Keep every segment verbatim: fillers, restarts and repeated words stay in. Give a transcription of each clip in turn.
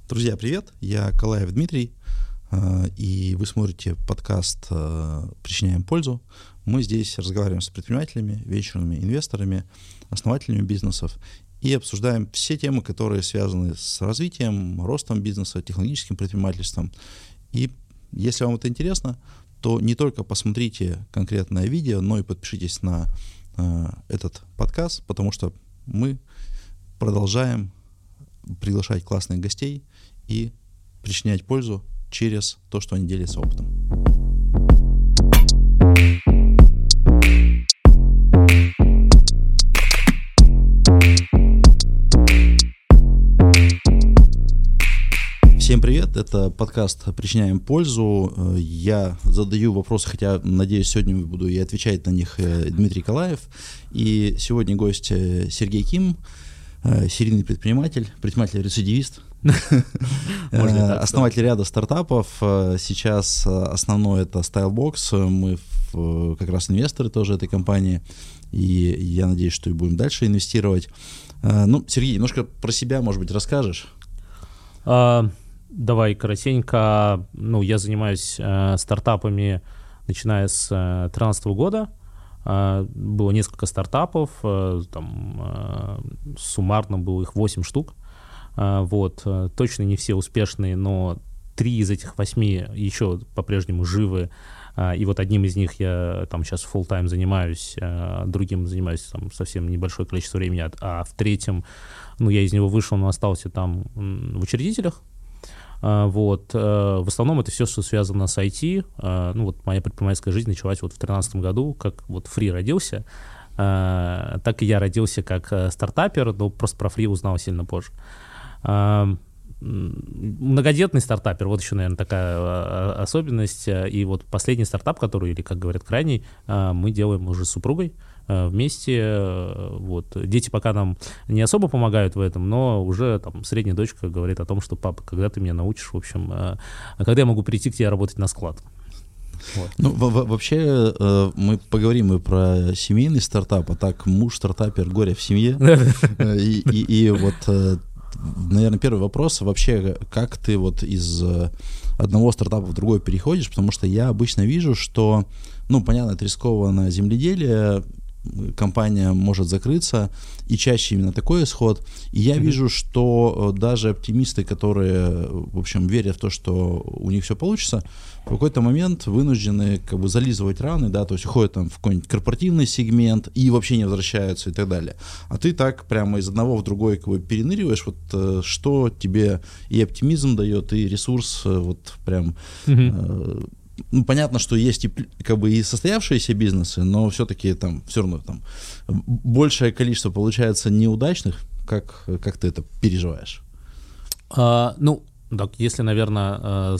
Друзья, привет! Я Калаев Дмитрий, и вы смотрите подкаст «Причиняем пользу». Мы здесь разговариваем с предпринимателями, венчурными инвесторами, основателями бизнесов и обсуждаем все темы, которые связаны с развитием, ростом бизнеса, технологическим предпринимательством. И если вам это интересно, то не только посмотрите конкретное видео, но и подпишитесь на этот подкаст, потому что мы продолжаем приглашать классных гостей и причинять пользу через то, что они делятся опытом. Всем привет, это подкаст «Причиняем пользу». Я задаю вопросы, хотя, надеюсь, сегодня буду и отвечать на них Дмитрий Калаев. И сегодня гость Сергей Ким, серийный предприниматель, предприниматель-рецидивист, основатель ряда стартапов. Сейчас основной это Stylebox. Мы в, как раз инвесторы тоже этой компании. И я надеюсь, что и будем дальше инвестировать. Ну, Сергей, немножко про себя, может быть, расскажешь? А, давай коротенько. Ну, я занимаюсь э, стартапами, начиная с две тысячи тринадцатого года. Было несколько стартапов, там суммарно было их восемь штук. Вот. Точно не все успешные, но три из этих восьми еще по-прежнему живы. И вот одним из них я там сейчас full-time занимаюсь, другим занимаюсь там совсем небольшое количество времени, а в третьем, ну, я из него вышел, но остался там в учредителях. Вот. В основном это все, что связано с ай ти. Ну, вот моя предпринимательская жизнь началась вот в две тысячи тринадцатом году, как вот Free родился, так и я родился как стартапер, но просто про Free узнал сильно позже. Многодетный стартапер, вот еще, наверное, такая особенность. И вот последний стартап, который, или, как говорят, крайний, мы делаем уже с супругой вместе. Вот. Дети пока нам не особо помогают в этом, но уже там средняя дочка говорит о том, что: папа, когда ты меня научишь, в общем, когда я могу прийти к тебе работать на склад. Вот. Ну, вообще, мы поговорим и про семейный стартап, а так муж-стартапер, горе в семье. И, и, и вот, наверное, первый вопрос, вообще, как ты вот из одного стартапа в другой переходишь, потому что я обычно вижу, что, ну, понятно, это рискованное земледелие, компания может закрыться, и чаще именно такой исход. И я mm-hmm. вижу, что даже оптимисты, которые, в общем, верят в то, что у них все получится, в какой-то момент вынуждены как бы зализывать раны, да, то есть уходят там в какой-нибудь корпоративный сегмент и вообще не возвращаются и так далее. А ты так прямо из одного в другой как бы переныриваешь, вот что тебе и оптимизм дает, и ресурс, вот прям... Mm-hmm. э, Ну, понятно, что есть и, как бы, и состоявшиеся бизнесы, но все-таки там все равно там большее количество получается неудачных. Как, как ты это переживаешь? А, ну, так, если, наверное,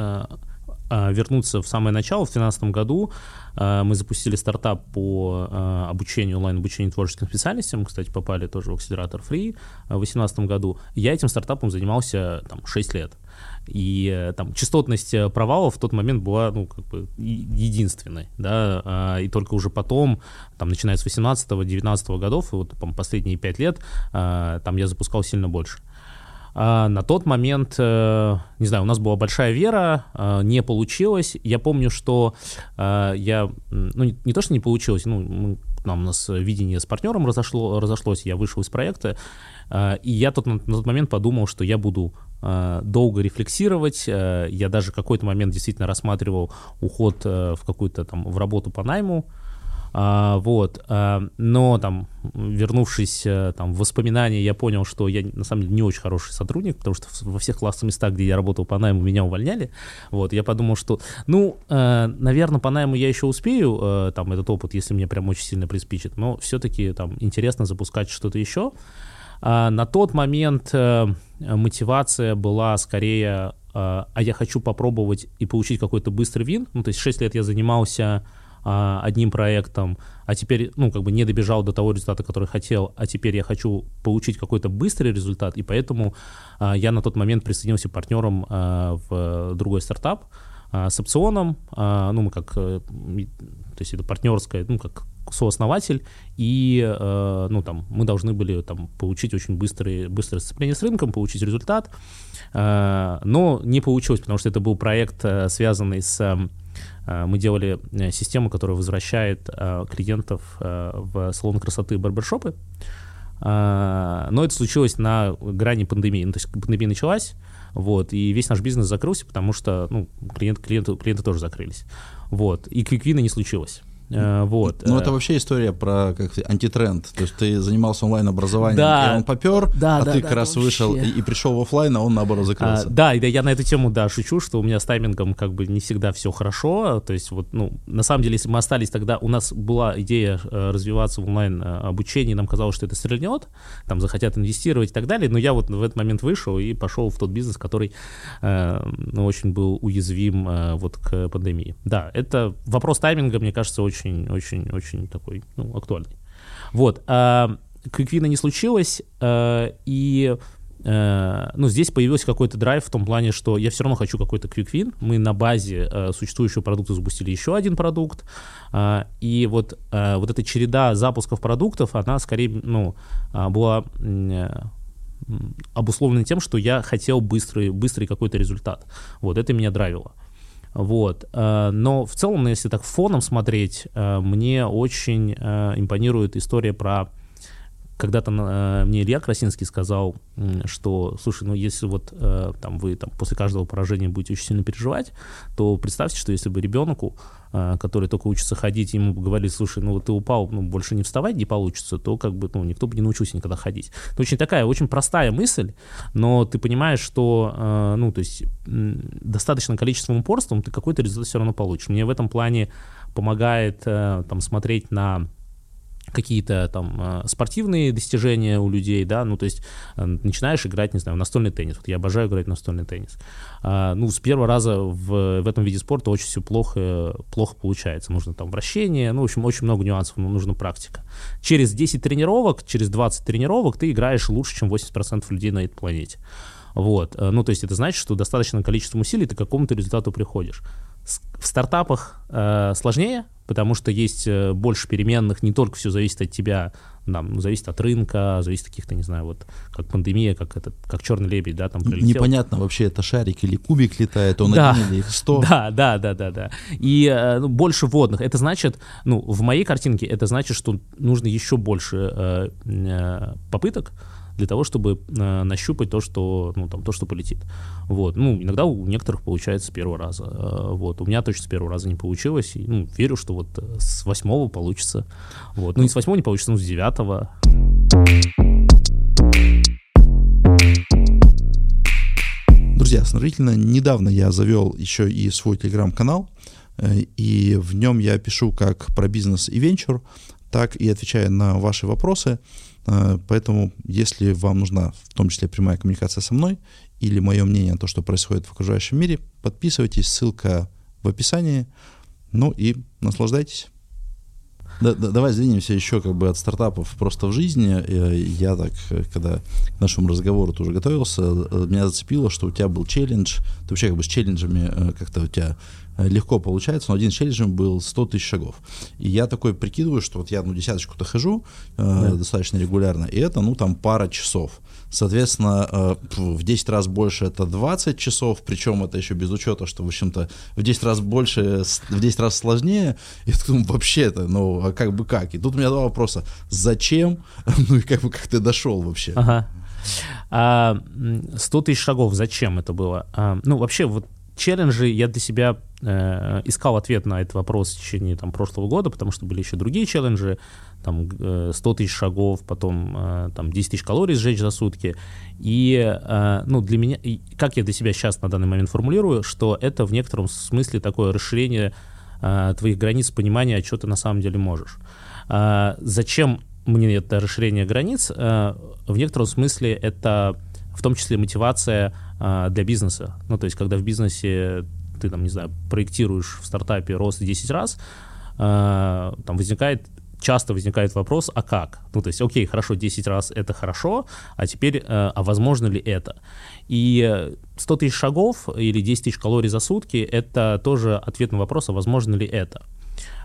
вернуться в самое начало, в две тысячи тринадцатом году мы запустили стартап по обучению, онлайн-обучению творческим специальностям. Кстати, попали тоже в акселератор Free в две тысячи восемнадцатом году. Я этим стартапом занимался там шесть лет. И там частотность провалов в тот момент была, ну, как бы единственной, да, и только уже потом, там, начиная с восемнадцатого-девятнадцатого годов, и вот там, последние пять лет, там я запускал сильно больше. А на тот момент, не знаю, у нас была большая вера, не получилось. Я помню, что я, ну, не, не то, что не получилось, ну, мы, там, у нас видение с партнером разошло, разошлось, я вышел из проекта, и я тот, на тот момент подумал, что я буду долго рефлексировать. Я даже какой-то момент действительно рассматривал уход в какую-то там в работу по найму. Вот. Но там, вернувшись там, в воспоминания, я понял, что я на самом деле не очень хороший сотрудник, потому что во всех классных местах, где я работал по найму, меня увольняли. Вот. Я подумал, что, ну, наверное, по найму я еще успею там, этот опыт, если мне прям очень сильно приспичит, но все-таки там интересно запускать что-то еще. На тот момент мотивация была скорее, а я хочу попробовать и получить какой-то быстрый вин. Ну, то есть шесть лет я занимался одним проектом, а теперь, ну, как бы не добежал до того результата, который хотел, а теперь я хочу получить какой-то быстрый результат, и поэтому я на тот момент присоединился партнером в другой стартап с опционом. Ну, мы как, то есть это партнерская, ну, как сооснователь, и э, ну, там, мы должны были там, получить очень быстрое, быстрое сцепление с рынком, получить результат, э, но не получилось, потому что это был проект, э, связанный с... Э, мы делали систему, которая возвращает э, клиентов э, в салоны красоты и барбершопы, э, но это случилось на грани пандемии, ну, то есть пандемия началась, вот, и весь наш бизнес закрылся, потому что ну, клиент, клиенты, клиенты тоже закрылись. Вот, и квиквина не случилось. Uh, вот. Ну, это вообще история про как антитренд. То есть ты занимался онлайн-образованием, да, и он попер, да, а да, ты да, как раз вообще. вышел и, и пришел в офлайн, а он, наоборот, закрылся. А, да, и я на эту тему, да, шучу, что у меня с таймингом как бы не всегда все хорошо. То есть вот, ну, на самом деле, если мы остались тогда, у нас была идея э, развиваться в онлайн-обучении, нам казалось, что это стрельнет, там захотят инвестировать и так далее, но я вот в этот момент вышел и пошел в тот бизнес, который э, ну, очень был уязвим э, вот к пандемии. Да, это вопрос тайминга, мне кажется, очень-очень очень такой, ну, актуальный. Вот. А, квиквина не случилось, а, и а, ну, здесь появился какой-то драйв в том плане, что я все равно хочу какой-то квиквин. Мы на базе а, существующего продукта запустили еще один продукт, а, и вот, а, вот эта череда запусков продуктов, она скорее, ну, была а, обусловлена тем, что я хотел быстрый, быстрый какой-то результат. Вот, это меня драйвило. Вот. Но в целом, если так фоном смотреть, мне очень импонирует история про... Когда-то мне Илья Красинский сказал, что, слушай, ну если вот там, вы там, после каждого поражения будете очень сильно переживать, то представьте, что если бы ребенку, который только учится ходить, ему бы говорили, слушай, ну вот ты упал, ну больше не вставать не получится, то как бы ну, никто бы не научился никогда ходить. Это очень такая, очень простая мысль, но ты понимаешь, что ну, то есть, достаточным количеством упорством ты какой-то результат все равно получишь. Мне в этом плане помогает там, смотреть на какие-то там спортивные достижения у людей, да, ну, то есть начинаешь играть, не знаю, в настольный теннис, вот я обожаю играть в настольный теннис, а, ну, с первого раза в, в этом виде спорта очень все плохо, плохо получается, нужно там вращение, ну, в общем, очень много нюансов, но нужна практика. Через десять тренировок, через двадцать тренировок ты играешь лучше, чем восемьдесят процентов людей на этой планете, вот, ну, то есть это значит, что достаточным количеством усилий ты к какому-то результату приходишь. В стартапах э, сложнее, потому что есть э, больше переменных, не только все зависит от тебя, там, ну, зависит от рынка, зависит от каких-то, не знаю, вот как пандемия, как, этот, как черный лебедь, да, там прилетел. Непонятно вообще, это шарик или кубик летает, он да, один или их сто. Да, да, да, да, да. И э, ну, больше водных. Это значит, ну, в моей картинке это значит, что нужно еще больше э, э, попыток для того, чтобы э, нащупать то, что, ну, там, то, что полетит. Вот. Ну, иногда у некоторых получается с первого раза. Э, вот. У меня точно с первого раза не получилось. И, ну, верю, что вот с восьмого получится. Вот. Ну, не с восьмого не получится, но с девятого. Друзья, сравнительно недавно я завел еще и свой телеграм-канал, и в нем я пишу как про бизнес и венчур, так и отвечаю на ваши вопросы. Поэтому, если вам нужна в том числе прямая коммуникация со мной или мое мнение о том, что происходит в окружающем мире, подписывайтесь, ссылка в описании. Ну и наслаждайтесь. Да, да, давай сдвинемся еще как бы от стартапов просто в жизни. Я так, когда к нашему разговору тоже готовился, меня зацепило, что у тебя был челлендж. Ты вообще как бы с челленджами как-то у тебя легко получается, но один из челленджей был сто тысяч шагов. И я такой прикидываю, что вот я одну десяточку-то хожу да. э, достаточно регулярно, и это, ну, там, пара часов. Соответственно, э, в десять раз больше это двадцать часов, причем это еще без учета, что, в общем-то, в десять раз больше, в десять раз сложнее. И я думаю, вообще это, ну, а как бы как? И тут у меня два вопроса. Зачем? Ну, и как бы как ты дошел вообще? Ага. А, сто тысяч шагов, зачем это было? А, ну, вообще, вот челленджи, я для себя э, искал ответ на этот вопрос в течение там, прошлого года, потому что были еще другие челленджи, там э, сто тысяч шагов, потом э, там, десять тысяч калорий сжечь за сутки. И э, ну, для меня, и как я для себя сейчас на данный момент формулирую, что это в некотором смысле такое расширение э, твоих границ понимания, что ты на самом деле можешь. Э, зачем мне это расширение границ? Э, в некотором смысле это в том числе мотивация а, для бизнеса. Ну, то есть, когда в бизнесе ты, там, не знаю, проектируешь в стартапе рост десять раз, а, там возникает, часто возникает вопрос, а как? Ну, то есть, окей, хорошо, десять раз это хорошо, а теперь, а, а возможно ли это? И сто тысяч шагов или десять тысяч калорий за сутки — это тоже ответ на вопрос, а возможно ли это?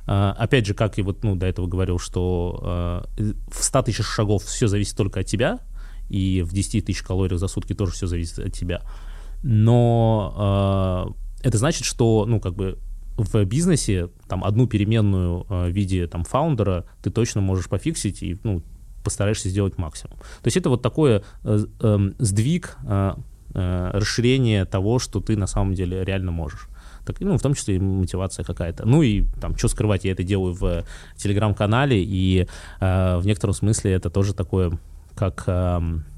опять же, как и вот, ну, до этого говорил, что в ста тысячах шагов все зависит только от тебя, и в десяти тысяч калориях за сутки тоже все зависит от тебя. Но это значит, что, ну, как бы в бизнесе там одну переменную в виде там фаундера ты точно можешь пофиксить и, ну, постараешься сделать максимум. То есть это вот такое э, э, сдвиг, э, э, расширение того, что ты на самом деле реально можешь. Так, ну, в том числе и мотивация какая-то. Ну и там, что скрывать, я это делаю в телеграм-канале, и э, в некотором смысле это тоже такое, как... Э,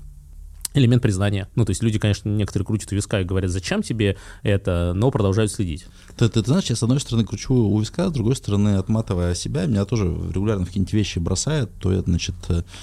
элемент признания. Ну, то есть люди, конечно, некоторые крутят у виска и говорят, зачем тебе это, но продолжают следить. Ты, ты, ты знаешь, я с одной стороны кручу у виска, с другой стороны, отматывая себя, меня тоже регулярно в какие-нибудь вещи бросает. То я, значит,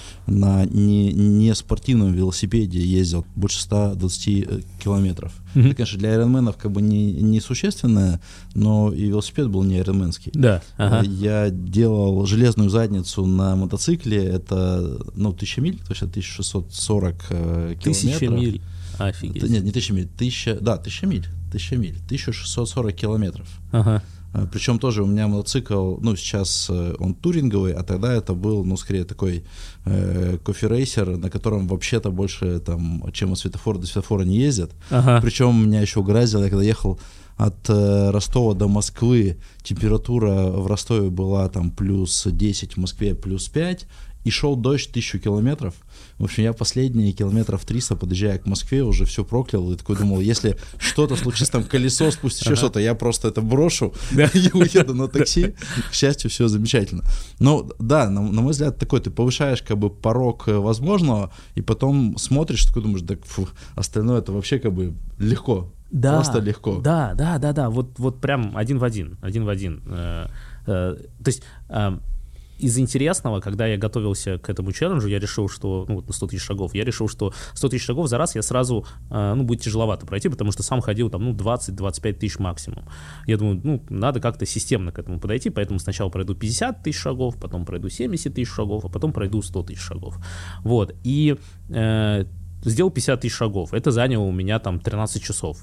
на не, не спортивном велосипеде ездил больше ста двадцати километров. Mm-hmm. Это, конечно, для айронменов как бы не, не существенное, но и велосипед был не айронменский. Да. Ага. Я делал железную задницу на мотоцикле, это, ну, тысяча миль, то есть тысяча шестьсот сорок километров. Тысяча миль. Офигеть. Нет, не тысяча миль, тысяча, да, тысяча миль, тысяча миль, тысяча шестьсот сорок километров. Ага. Причем тоже у меня мотоцикл, ну, сейчас он туринговый, а тогда это был, ну, скорее такой э, кофе-рейсер, на котором вообще-то больше, там, чем от светофора до светофора не ездят. Ага. Причем меня еще угораздило, я когда ехал от э, Ростова до Москвы, температура в Ростове была там плюс десять, в Москве плюс пять, и шел дождь тысячу километров. В общем, я последние километров триста, подъезжая к Москве, уже все проклял. И такой думал, если что-то случится, там колесо спустит, еще ага. что-то, я просто это брошу и уеду на такси. К счастью, все замечательно. Но да, на, на мой взгляд, такой, ты повышаешь как бы порог возможного, и потом смотришь, такой думаешь, да фу, остальное это вообще как бы легко. Да, просто легко. Да, да, да, да. Вот, вот прям один в один. Один в один. Э, э, то есть. Э, Из интересного, когда я готовился к этому челленджу, я решил, что, ну, вот на сто тысяч шагов, я решил, что сто тысяч шагов за раз я сразу, э, ну, будет тяжеловато пройти, потому что сам ходил там, ну, двадцать-двадцать пять тысяч максимум. Я думаю, ну, надо как-то системно к этому подойти, поэтому сначала пройду пятьдесят тысяч шагов, потом пройду семьдесят тысяч шагов, а потом пройду сто тысяч шагов. Вот, и э, сделал пятьдесят тысяч шагов, это заняло у меня там тринадцать часов.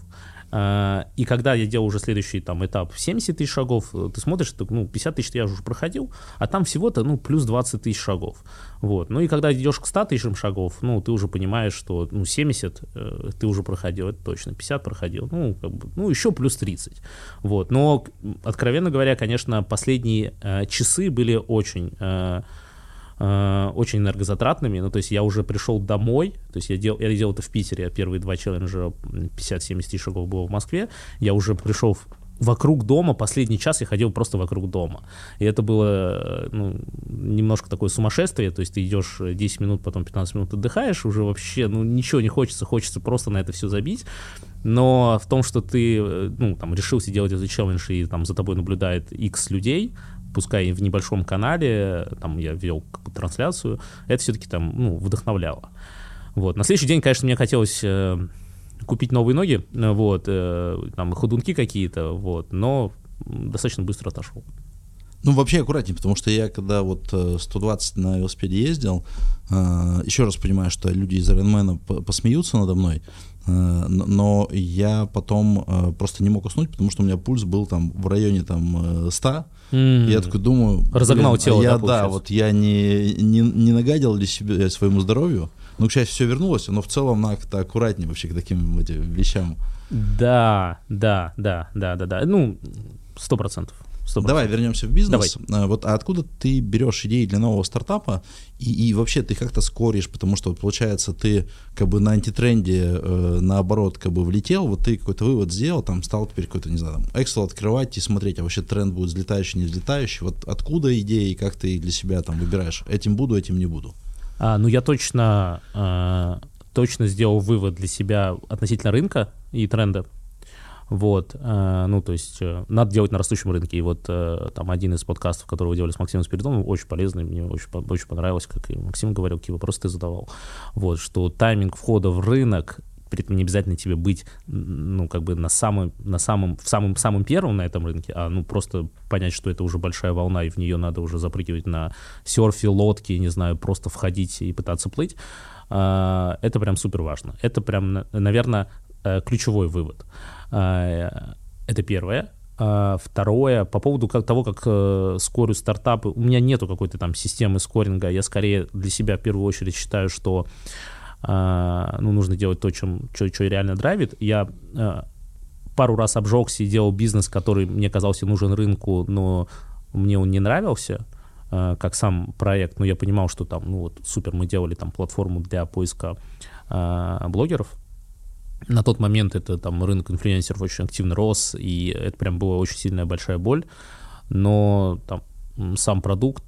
И когда я делал уже следующий там этап семьдесят тысяч шагов, ты смотришь, ну, пятьдесят тысяч я уже проходил, а там всего-то, ну, плюс двадцать тысяч шагов. Вот. Ну и когда идешь к ста тысячам шагов, ну, ты уже понимаешь, что, ну, семьдесят э, ты уже проходил, это точно, пятьдесят проходил, ну, как бы, ну, еще плюс тридцать. Вот. Но, откровенно говоря, конечно, последние э, часы были очень... Э, очень энергозатратными, ну, то есть я уже пришел домой, то есть я делал, я делал это в Питере, первые два челленджа, пятьдесят-семьдесят тысяч шагов было в Москве, я уже пришел в, вокруг дома, последний час я ходил просто вокруг дома, и это было, ну, немножко такое сумасшествие, то есть ты идешь десять минут, потом пятнадцать минут отдыхаешь, уже вообще, ну, ничего не хочется, хочется просто на это все забить, но в том, что ты, ну, там, решился делать этот челлендж, и там за тобой наблюдает X людей, пускай в небольшом канале, там я вел трансляцию, это все-таки там, ну, вдохновляло. Вот. На следующий день, конечно, мне хотелось э, купить новые ноги, вот, э, там ходунки какие-то, вот, но достаточно быстро отошел. Ну, вообще аккуратнее, потому что я, когда вот сто двадцать на велосипеде ездил, э, еще раз понимаю, что люди из Ironman посмеются надо мной, э, но я потом э, просто не мог уснуть, потому что у меня пульс был там в районе там ста, mm. я такой думаю... Разогнал блин, тело, я, да, да, вот я не, не, не нагадил ли себе своему здоровью, ну, к счастью, все вернулось, но в целом надо как-то аккуратнее вообще к таким этим вещам. Да, да, да, да, да, да, ну, сто процентов. сто процентов. Давай вернемся в бизнес. Давай. Вот, а откуда ты берешь идеи для нового стартапа и, и вообще ты как-то скоришь, потому что вот, получается ты как бы на антитренде э, наоборот как бы влетел, вот ты какой-то вывод сделал, там стал теперь какой-то, не знаю, там, Excel открывать и смотреть, а вообще тренд будет взлетающий, не взлетающий. Вот откуда идеи, как ты их для себя там выбираешь? Этим буду, этим не буду. А, ну я точно, э, точно сделал вывод для себя относительно рынка и тренда. Вот, э, ну, то есть э, надо делать на растущем рынке. И вот э, там один из подкастов, который вы делали с Максимом Спиридоновым, очень полезный, мне очень, очень понравилось, как и Максим говорил, какие вопросы ты задавал. Вот, что тайминг входа в рынок, при этом не обязательно тебе быть, ну, как бы на самом, на самом, в самом, самом первом на этом рынке, а, ну, просто понять, что это уже большая волна, и в нее надо уже запрыгивать на серфе, лодке, не знаю, просто входить и пытаться плыть. Э, это прям супер важно. Это прям, наверное, ключевой вывод. Это первое. Второе, по поводу как, того, как э, скорю стартапы, у меня нету какой-то там системы скоринга, я скорее для себя в первую очередь считаю, что э, ну, нужно делать то, чем, что, что реально драйвит. Я э, пару раз обжегся и делал бизнес, который мне казался нужен рынку, но мне он не нравился, э, как сам проект, но я понимал, что там, ну вот, супер, мы делали там платформу для поиска э, блогеров. На тот момент это там рынок инфлюенсеров очень активно рос, и это прям была очень сильная большая боль, но там сам продукт,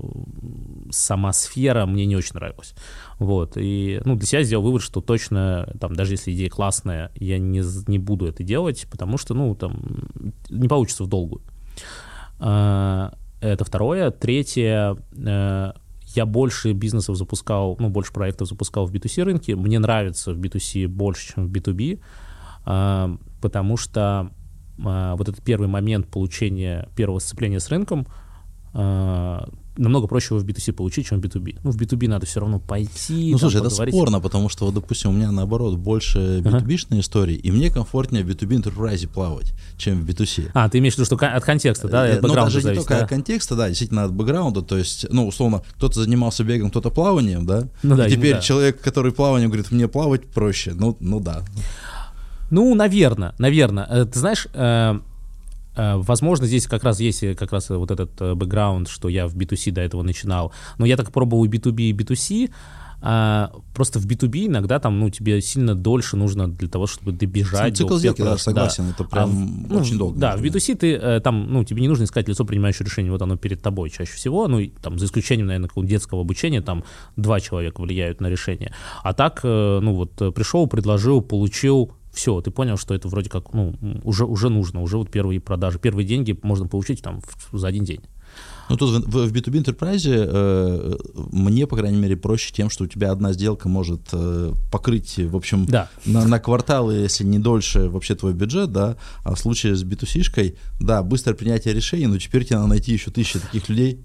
сама сфера мне не очень нравилась. Вот, и ну, для себя сделал вывод, что точно, там, даже если идея классная, я не, не буду это делать, потому что, ну, там, не получится в долгую. Это второе. Третье, я больше бизнесов запускал, ну, больше проектов запускал в би ту си рынке. Мне нравится в би ту си больше, чем в би ту би, потому что вот этот первый момент получения, первого сцепления с рынком намного проще его в би ту си получить, чем в би ту би. Ну, в би ту би надо все равно пойти. Ну, слушай, это поговорить. спорно, потому что, вот, допустим, у меня, наоборот, больше би ту би-шные uh-huh. истории, и мне комфортнее в би ту би Enterprise плавать, чем в би ту си. А, ты имеешь в виду, что от контекста, да, от бэкграунда зависит? Ну, даже зависит, не только да? от контекста, да, действительно от бэкграунда, то есть, ну, условно, кто-то занимался бегом, кто-то плаванием, да, ну, да и теперь да. человек, который плаванием, говорит, мне плавать проще, ну, ну да. Ну, наверное, наверное. Ты знаешь... Э- Возможно, здесь как раз есть как раз вот этот бэкграунд, что я в би ту си до этого начинал. Но я так пробовал и би ту би, и би ту си. А, просто в би ту би иногда там, ну, тебе сильно дольше нужно для того, чтобы добежать. Цикл до сделки, да, согласен, да. это прям а, очень ну, долго. Да, в би ту си ты там, ну, тебе не нужно искать лицо, принимающее решение, вот оно перед тобой чаще всего, ну, и, там, за исключением, наверное, какого-то детского обучения, там, два человека влияют на решение. А так, ну, вот, пришел, предложил, получил, все, ты понял, что это вроде как, ну, уже, уже нужно, уже вот первые продажи, первые деньги можно получить там в, за один день. Ну, тут в, в би ту би Enterprise э, мне, по крайней мере, проще тем, что у тебя одна сделка может э, покрыть, в общем, да. на, на кварталы, если не дольше, вообще твой бюджет, да, а в случае с би ту си-шкой, да, быстрое принятие решений, но теперь тебе надо найти еще тысячи таких людей.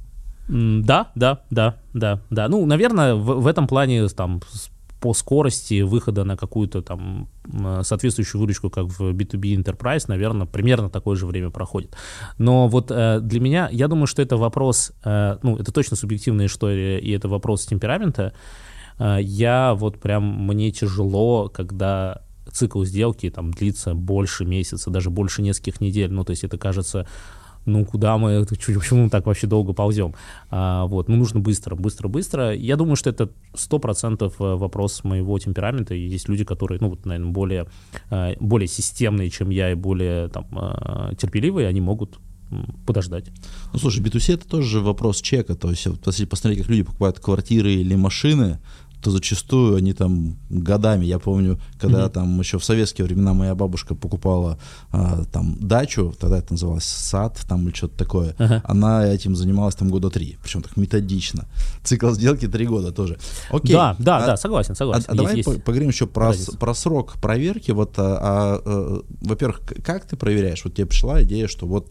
Да, да, да, да, да. Ну, наверное, в, в этом плане там по скорости выхода на какую-то там соответствующую выручку, как в би ту би Enterprise, наверное, примерно такое же время проходит. Но вот э, для меня, я думаю, что это вопрос, э, ну, это точно субъективная история, и это вопрос темперамента. Э, я вот прям, мне тяжело, когда цикл сделки там длится больше месяца, даже больше нескольких недель, ну, то есть это кажется... ну, куда мы, почему мы так вообще долго ползем? А, вот, ну, нужно быстро, быстро, быстро. Я думаю, что это сто процентов вопрос моего темперамента. И есть люди, которые, ну, вот, наверное, более, более системные, чем я, и более там, терпеливые, они могут подождать. Ну, слушай, би ту си это тоже вопрос чека. То есть, если посмотреть, как люди покупают квартиры или машины, то зачастую они там годами, я помню, когда mm-hmm. там еще в советские времена моя бабушка покупала а, там дачу, тогда это называлось сад, там или что-то такое, uh-huh. она этим занималась там года три, причем так методично. Цикл сделки три года тоже. Окей. Да, да, а, да, согласен, согласен. А, а давай есть, поговорим еще про, есть. про срок проверки. Вот, а, а, во-первых, как ты проверяешь? Вот тебе пришла идея, что вот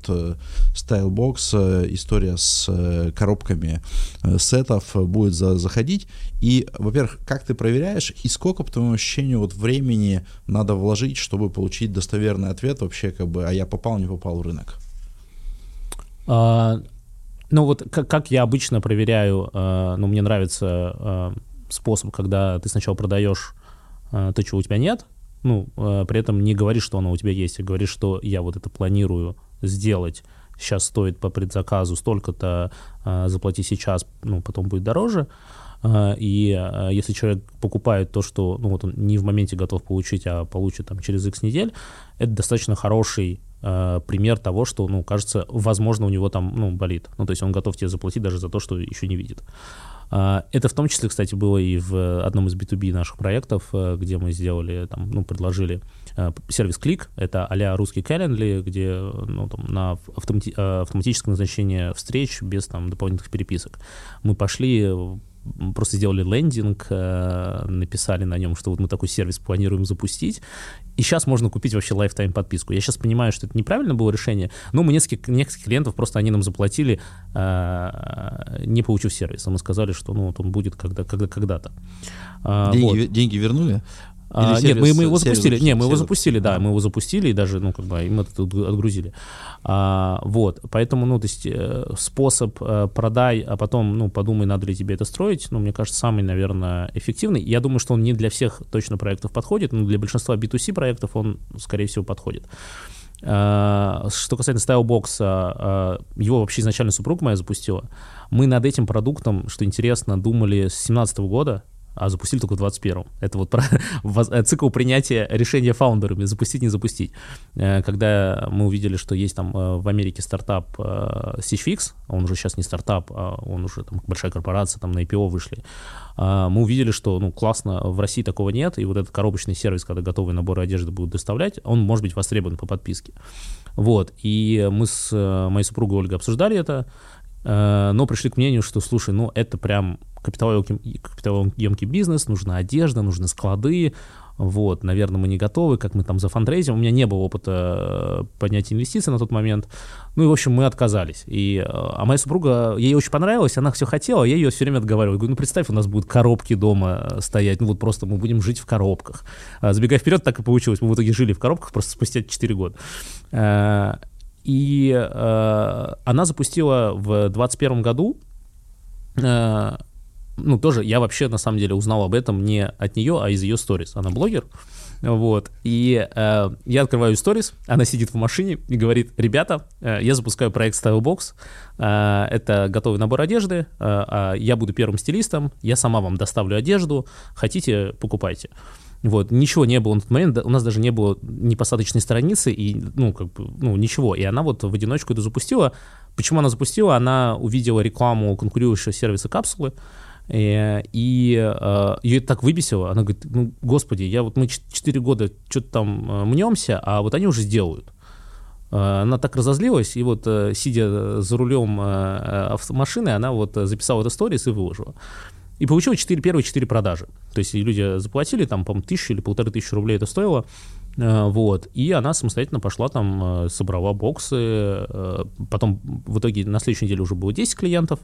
Stylebox, история с коробками сетов будет за, заходить, и, во-первых, как ты проверяешь и сколько, по твоему ощущению, вот времени надо вложить, чтобы получить достоверный ответ вообще, как бы, а я попал, не попал в рынок? А, ну вот как, как я обычно проверяю, а, ну мне нравится а, способ, когда ты сначала продаешь а, то, чего у тебя нет, ну а, при этом не говоришь, что оно у тебя есть, а говоришь, что я вот это планирую сделать, сейчас стоит по предзаказу столько-то, а, заплати сейчас, ну потом будет дороже. И если человек покупает то, что ну, вот он не в моменте готов получить, а получит там, через X недель, это достаточно хороший э, пример того, что, ну, кажется, возможно, у него там ну, болит. Ну, то есть он готов тебе заплатить даже за то, что еще не видит. Э, это в том числе, кстати, было и в одном из би ту би наших проектов, э, где мы сделали, там, ну, предложили э, сервис Click, это а-ля русский Calendly, где ну, там, на автомати- автоматическое назначение встреч без там, дополнительных переписок. Мы пошли... просто сделали лендинг, написали на нем, что вот мы такой сервис планируем запустить, и сейчас можно купить вообще лайфтайм подписку. Я сейчас понимаю, что это неправильно было решение, но мы несколько, несколько клиентов просто они нам заплатили, не получив сервис. Мы сказали, что ну, вот он будет когда, когда, когда-то. Деньги, вот. деньги вернули? А, нет, мы, мы его запустили. Не, мы его запустили, да, мы его запустили и даже, ну, как бы, им это отгрузили. А, вот, поэтому, ну, то есть способ продай, а потом, ну, подумай, надо ли тебе это строить, ну, мне кажется, самый, наверное, эффективный. Я думаю, что он не для всех точно проектов подходит, но для большинства би ту си проектов он, скорее всего, подходит. А, что касательно Stylebox, его вообще изначально супруга моя запустила. Мы над этим продуктом, что интересно, думали с две тысячи семнадцатого года, а запустили только в двадцать первом. Это вот про цикл принятия решения фаундерами, запустить, не запустить. Когда мы увидели, что есть там в Америке стартап Stitch Fix, он уже сейчас не стартап, а он уже там большая корпорация, там на ай пи о вышли, мы увидели, что, ну, классно, в России такого нет, и вот этот коробочный сервис, когда готовые наборы одежды будут доставлять, он может быть востребован по подписке. Вот, и мы с моей супругой Ольгой обсуждали это, но пришли к мнению, что, слушай, ну, это прям капиталоемкий, капиталоемкий бизнес, нужна одежда, нужны склады, вот, наверное, мы не готовы, как мы там зафандрейзим, у меня не было опыта поднятия инвестиций на тот момент, ну, и, в общем, мы отказались, и, а моя супруга, ей очень понравилось, она все хотела, я ее все время отговаривал, говорю, ну, представь, у нас будут коробки дома стоять, ну, вот просто мы будем жить в коробках, забегая вперед, так и получилось, мы в итоге жили в коробках просто спустя четыре года. И э, она запустила в двадцать первом году, э, ну, тоже я вообще, на самом деле, узнал об этом не от нее, а из ее сторис. Она блогер, вот, и э, я открываю сторис, она сидит в машине и говорит, ребята, э, я запускаю проект Stylebox, э, это готовый набор одежды, э, э, я буду первым стилистом, я сама вам доставлю одежду, хотите, покупайте. Вот, ничего не было на тот момент, у нас даже не было ни посадочной страницы, и, ну, как бы, ну, ничего. И она вот в одиночку это запустила. Почему она запустила? Она увидела рекламу конкурирующего сервиса «Капсулы», и, и э, ее это так выбесило. Она говорит, ну, господи, я вот мы четыре года что-то там мнемся, а вот они уже сделают. Она так разозлилась, и вот, сидя за рулем автомашины, она вот записала это сторис и выложила. И получила четыре, первые четыре продажи. То есть люди заплатили, там, по-моему, тысячу или полторы тысячи рублей это стоило. Вот. И она самостоятельно пошла там, собрала боксы. Потом в итоге на следующей неделе уже было десять клиентов.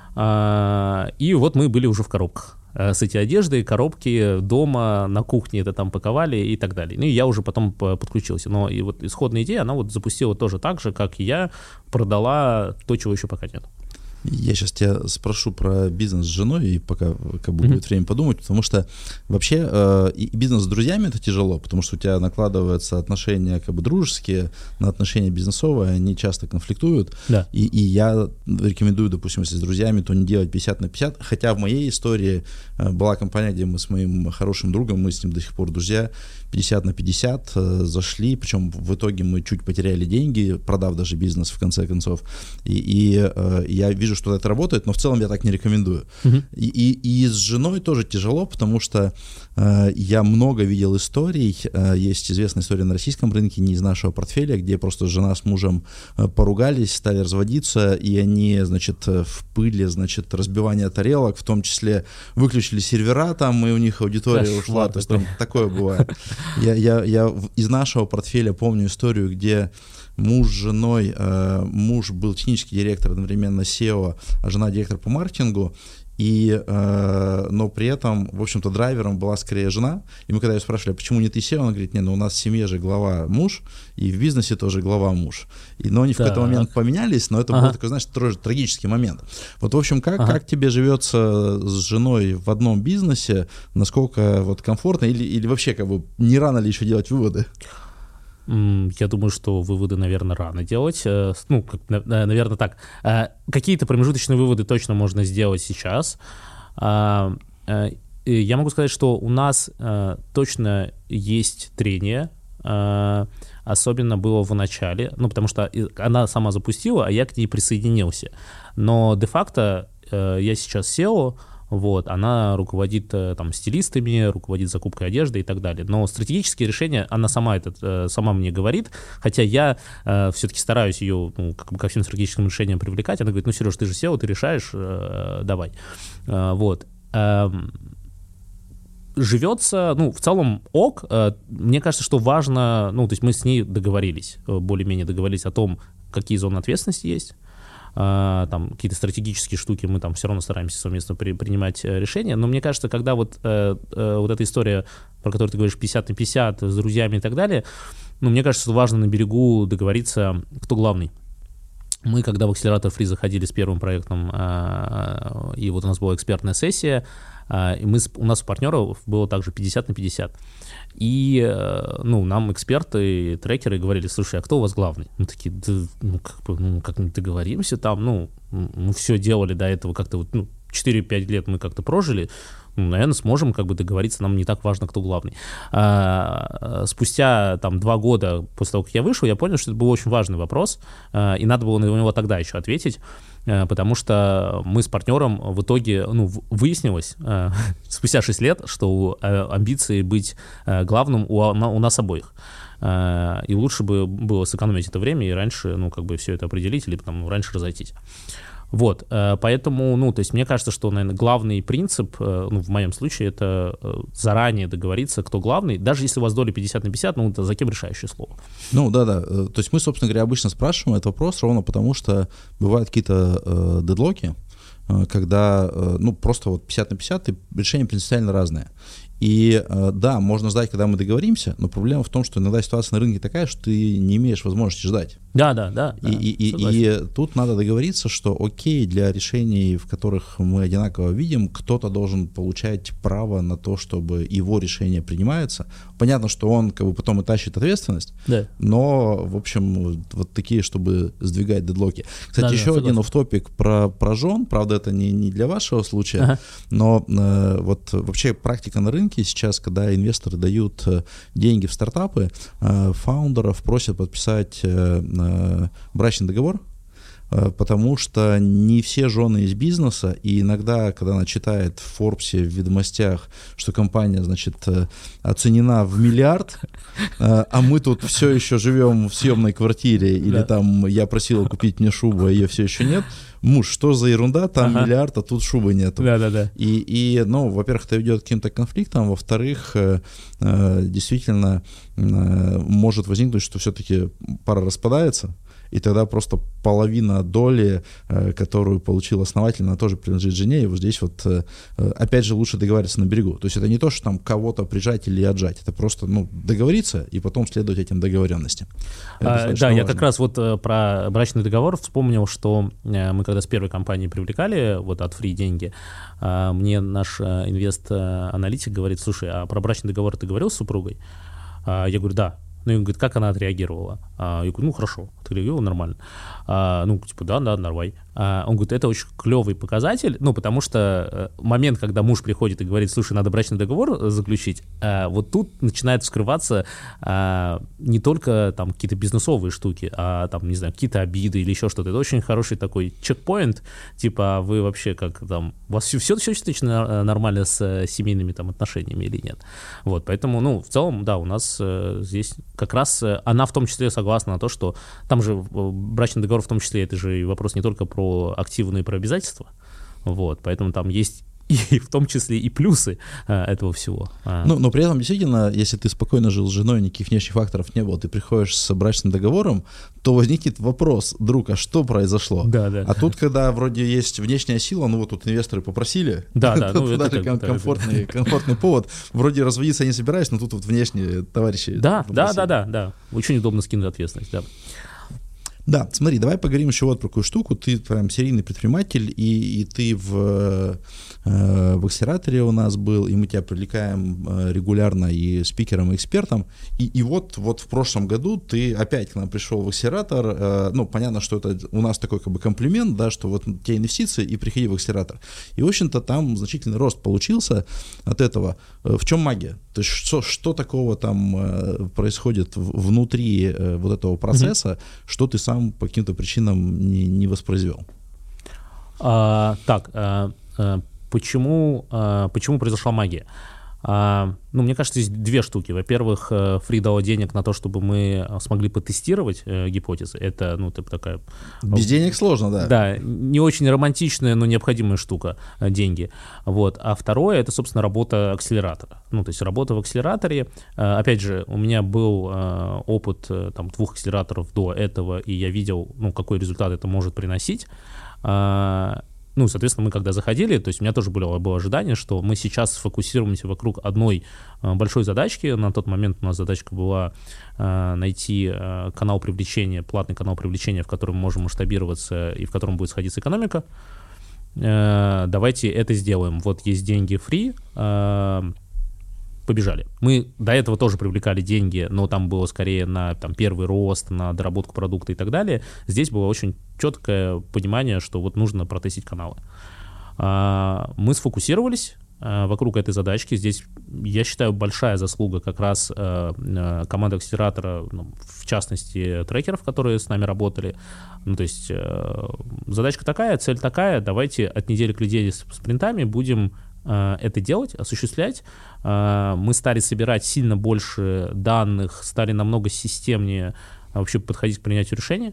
И вот мы были уже в коробках с этой одеждой, коробки дома, на кухне это там паковали и так далее. Ну и я уже потом подключился. Но и вот исходная идея, она вот запустила тоже так же, как и я, продала то, чего еще пока нет. Я сейчас тебя спрошу про бизнес с женой, и пока как бы, mm-hmm. будет время подумать, потому что вообще э, и бизнес с друзьями это тяжело, потому что у тебя накладываются отношения как бы дружеские на отношения бизнесовые, они часто конфликтуют, да. и, и я рекомендую, допустим, если с друзьями, то не делать пятьдесят на пятьдесят, хотя в моей истории э, была компания, где мы с моим хорошим другом, мы с ним до сих пор друзья, пятьдесят на пятьдесят э, зашли, причем в итоге мы чуть потеряли деньги, продав даже бизнес в конце концов, и, и э, я вижу, что это работает, но в целом я так не рекомендую. Uh-huh. И, и, и с женой тоже тяжело, потому что э, я много видел историй, э, есть известная история на российском рынке, не из нашего портфеля, где просто жена с мужем э, поругались, стали разводиться, и они, значит, в пыли, значит, разбивание тарелок, в том числе выключили сервера там, и у них аудитория да, ушла, то есть там такое бывает. Я, я, я из нашего портфеля помню историю, где муж с женой, э, муж был технический директор, одновременно сео, а жена директор по маркетингу, и, э, но при этом, в общем-то, драйвером была скорее жена, и мы когда ее спрашивали, а почему не ты сео, она говорит, не, ну у нас в семье же глава муж, и в бизнесе тоже глава муж, и, но они так. в какой-то момент поменялись, но это ага. был такой, знаешь, тоже трагический момент. Вот, в общем, как, ага. как тебе живется с женой в одном бизнесе, насколько вот комфортно, или, или вообще, как бы, не рано ли еще делать выводы? Я думаю, что выводы, наверное, рано делать. Ну, как, наверное, так. Какие-то промежуточные выводы точно можно сделать сейчас. Я могу сказать, что у нас точно есть трение. Особенно было в начале, ну, потому что она сама запустила, а я к ней присоединился. Но де-факто я сейчас сео, вот, она руководит там стилистами, руководит закупкой одежды и так далее. Но стратегические решения она сама, это, сама мне говорит, хотя я э, все-таки стараюсь ее, ну, как бы ко всем стратегическим решениям привлекать. Она говорит, ну, Сереж, ты же сео, ты решаешь, э, давай. Э, вот. Э, живется, ну, в целом ок. Э, мне кажется, что важно, ну, то есть мы с ней договорились, более-менее договорились о том, какие зоны ответственности есть. там какие-то стратегические штуки, мы там все равно стараемся совместно при, принимать решения. Но мне кажется, когда вот, вот эта история, про которую ты говоришь, пятьдесят на пятьдесят с друзьями и так далее, ну, мне кажется, важно на берегу договориться, кто главный. Мы, когда в акселератор Free заходили с первым проектом, и вот у нас была экспертная сессия, и мы, у нас у партнеров было также пятьдесят на пятьдесят. И, ну, нам эксперты, трекеры говорили: слушай, а кто у вас главный? Мы такие: да, ну, как бы, ну, как-нибудь договоримся там, ну, мы все делали до этого как-то вот, ну, четыре-пять лет мы как-то прожили, ну, наверное, сможем как бы договориться, нам не так важно, кто главный. А, спустя там два года после того, как я вышел, я понял, что это был очень важный вопрос, а, и надо было на него тогда еще ответить, а, потому что мы с партнером в итоге, ну, выяснилось а, спустя шесть лет, что а, амбиции быть а, главным у, у нас обоих. А, и лучше бы было сэкономить это время и раньше, ну, как бы все это определить, либо там ну, раньше разойтись. Вот, поэтому, ну, то есть мне кажется, что, наверное, главный принцип, ну, в моем случае, это заранее договориться, кто главный, даже если у вас доля пятьдесят на пятьдесят, ну, это за кем решающее слово. Ну, да-да, то есть мы, собственно говоря, обычно спрашиваем этот вопрос ровно потому, что бывают какие-то э, дедлоки, э, когда, э, ну, просто вот пятьдесят на пятьдесят, и решения принципиально разные. И да, можно ждать, когда мы договоримся, но проблема в том, что иногда ситуация на рынке такая, что ты не имеешь возможности ждать. Да, да, да. И, да, и, и, и тут надо договориться, что окей, для решений, в которых мы одинаково видим, кто-то должен получать право на то, чтобы его решение принимается. Понятно, что он как бы потом и тащит ответственность, да. Но, в общем, вот такие, чтобы сдвигать дедлоки. Кстати, да, еще да, один офф-топик про, про жен, правда, это не, не для вашего случая, ага. но э, вот вообще практика на рынке сейчас, когда инвесторы дают деньги в стартапы, э, фаундеров просят подписать э, брачный договор, потому что не все жены из бизнеса, и иногда, когда она читает в Форбсе, в ведомостях, что компания, значит, оценена в миллиард, а мы тут все еще живем в съемной квартире, или да. там я просила купить мне шубу, а ее все еще нет, муж, что за ерунда, там ага. миллиард, а тут шубы нету. Да-да-да. И, и, ну, во-первых, это ведет к каким-то конфликтам, во-вторых, действительно может возникнуть, что все-таки пара распадается, и тогда просто половина доли, которую получил основатель, она тоже принадлежит жене, и вот здесь вот, опять же, лучше договариваться на берегу. То есть это не то, что там кого-то прижать или отжать, это просто, ну, договориться и потом следовать этим договоренностям. А, да, важно. Я как раз вот про брачный договор вспомнил, что мы когда с первой компанией привлекали вот от Free деньги, мне наш инвест-аналитик говорит: слушай, а про брачный договор ты говорил с супругой? Я говорю: да. Ну, и он говорит: как она отреагировала? А, я говорю: ну, хорошо, отреагировала нормально. А, ну, типа, да, да, нормально. А, он говорит: это очень клевый показатель, ну, потому что момент, когда муж приходит и говорит: слушай, надо брачный договор заключить, а, вот тут начинает вскрываться а, не только там какие-то бизнесовые штуки, а там, не знаю, какие-то обиды или еще что-то. Это очень хороший такой чекпоинт, типа, вы вообще как там, у вас все, все, все частично нормально с семейными там отношениями или нет. Вот, поэтому, ну, в целом, да, у нас э, здесь как раз э, она в том числе согласна на то, что там же брачный договор в том числе, это же вопрос не только про активы, но и про обязательства. Вот, поэтому там есть и в том числе и плюсы а, этого всего. А. Ну, но при этом, действительно, если ты спокойно жил с женой, никаких внешних факторов не было, ты приходишь с брачным договором, то возникнет вопрос: друг, а что произошло? Да, да. А тут, когда вроде есть внешняя сила, ну вот тут инвесторы попросили, да, да, ну, это даже ком- комфортный, комфортный повод, вроде разводиться не собираюсь, но тут вот внешние товарищи да, попросили. Да, да, да, да, очень удобно скинуть ответственность, да. Да, смотри, давай поговорим еще вот про какую штуку. Ты прям серийный предприниматель, и, и ты в, э, в акселераторе у нас был, и мы тебя привлекаем э, регулярно и спикером, и экспертом. И, и вот, вот в прошлом году ты опять к нам пришел в акселератор. Э, ну, понятно, что это у нас такой как бы комплимент, да, что вот те инвестиции, и приходи в акселератор. И, в общем-то, там значительный рост получился от этого. Э, в чем магия? То есть что, что такого там э, происходит в, внутри э, вот этого процесса, mm-hmm. что ты сам по каким-то причинам не, не воспроизвел? А, так, а, а, почему, а, почему произошла магия? А, ну, мне кажется, есть две штуки. Во-первых, Free дала денег на то, чтобы мы смогли потестировать э, гипотезы. Это, ну, типа такая... Без денег сложно, да. Да, не очень романтичная, но необходимая штука, э, деньги. Вот. А второе, это, собственно, работа акселератора. Ну, то есть работа в акселераторе. Э, опять же, у меня был э, опыт э, там, двух акселераторов до этого, и я видел, ну, какой результат это может приносить. Э, Ну, соответственно, мы когда заходили, то есть у меня тоже было, было ожидание, что мы сейчас сфокусируемся вокруг одной э, большой задачки. На тот момент у нас задачка была э, найти э, канал привлечения, платный канал привлечения, в котором мы можем масштабироваться и в котором будет сходиться экономика. Э, давайте это сделаем. Вот есть деньги free, э, побежали. Мы до этого тоже привлекали деньги, но там было скорее на там, первый рост, на доработку продукта и так далее. Здесь было очень четкое понимание, что вот нужно протестить каналы. Мы сфокусировались вокруг этой задачки. Здесь, я считаю, большая заслуга как раз команды акселератора, ну, в частности, трекеров, которые с нами работали. Ну, то есть задачка такая, цель такая, давайте от недели к неделе с спринтами будем это делать, осуществлять. Мы стали собирать сильно больше данных, стали намного системнее вообще подходить к принятию решения.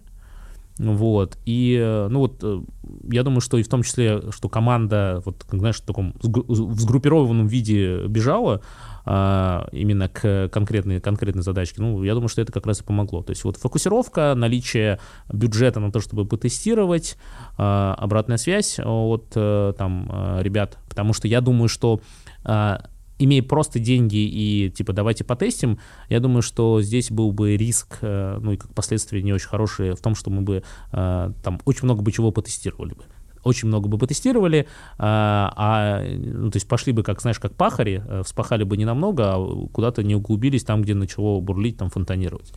Вот. И, ну вот, я думаю, что и в том числе, что команда, вот, знаешь, в таком в сгруппированном виде бежала а, именно к конкретной, конкретной задачке, ну, я думаю, что это как раз и помогло. То есть вот фокусировка, наличие бюджета на то, чтобы потестировать, а, обратная связь от там ребят, потому что я думаю, что а, имея просто деньги и, типа, давайте потестим, я думаю, что здесь был бы риск, ну, и как последствия не очень хорошие в том, что мы бы там очень много бы чего потестировали бы. Очень много бы потестировали, а, а, ну, то есть пошли бы, как, знаешь, как пахари, вспахали бы не намного, а куда-то не углубились там, где начало бурлить, там, фонтанировать.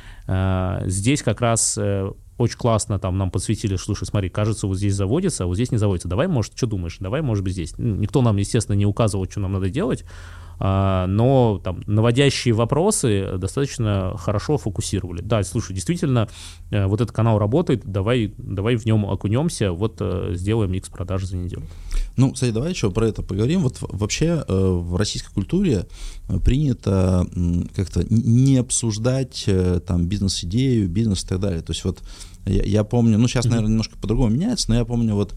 А, здесь как раз очень классно там нам подсветили, слушай, смотри, кажется, вот здесь заводится, а вот здесь не заводится. Давай, может, что думаешь? Давай, может быть, здесь. Никто нам, естественно, не указывал, что нам надо делать, а, но там наводящие вопросы достаточно хорошо фокусировали. Да, слушай, действительно, вот этот канал работает, давай, давай в нем окунемся, вот сделаем X продаж за неделю. Ну, кстати, давай еще про это поговорим. Вот вообще в российской культуре принято как-то не обсуждать там бизнес-идею, бизнес и так далее. То есть вот я, я помню, ну сейчас, mm-hmm. наверное, немножко по-другому меняется, но я помню вот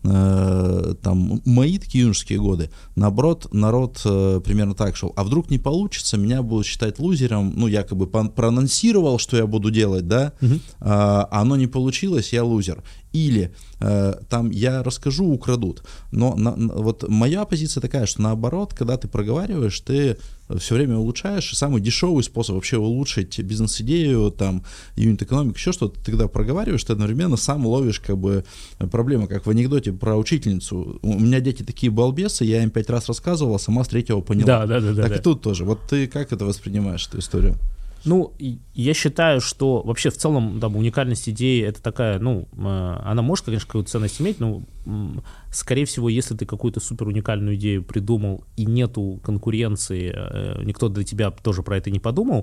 э, там мои такие юношеские годы, наоборот, народ э, примерно так шел. А вдруг не получится, меня будут считать лузером, ну якобы проанонсировал, что я буду делать, да, mm-hmm. а оно не получилось, я лузер. Или э, там я расскажу, украдут. Но на, на, вот моя позиция такая, что наоборот, когда ты проговариваешь, ты все время улучшаешь. И самый дешевый способ вообще улучшить бизнес-идею, там, юнит-экономику, еще что-то, ты когда проговариваешь, ты одновременно сам ловишь как бы проблему, как в анекдоте про учительницу. У меня дети такие балбесы, я им пять раз рассказывал, а сама с третьего поняла. Да, да, да. Так да, и да. тут тоже. Вот ты как это воспринимаешь, эту историю? Ну, я считаю, что вообще в целом там, уникальность идеи это такая, ну, она может, конечно, какую-то ценность иметь, но, скорее всего, если ты какую-то супер уникальную идею придумал и нету конкуренции, никто до тебя тоже про это не подумал,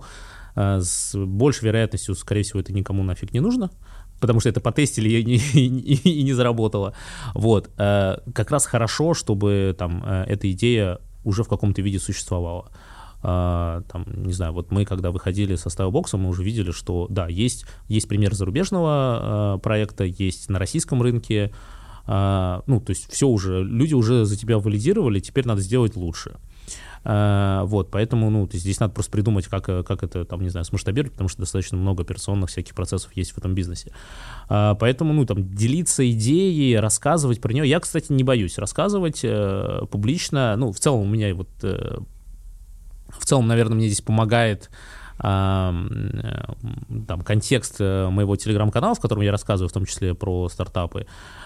с большей вероятностью, скорее всего, это никому нафиг не нужно, потому что это потестили и не, и, и не заработало. Вот. Как раз хорошо, чтобы там эта идея уже в каком-то виде существовала. Uh, там, не знаю, вот мы, когда выходили со Stylebox, мы уже видели, что, да, есть, есть пример зарубежного uh, проекта, есть на российском рынке, uh, ну, то есть все уже, люди уже за тебя валидировали, теперь надо сделать лучше. Uh, вот, поэтому, ну, то есть здесь надо просто придумать, как, как это, там, не знаю, смасштабировать, потому что достаточно много операционных всяких процессов есть в этом бизнесе. Uh, поэтому, ну, там, делиться идеей, рассказывать про нее. Я, кстати, не боюсь рассказывать uh, публично, ну, в целом у меня вот... Uh, В целом, наверное, мне здесь помогает э, там, контекст моего телеграм-канала, в котором я рассказываю в том числе про стартапы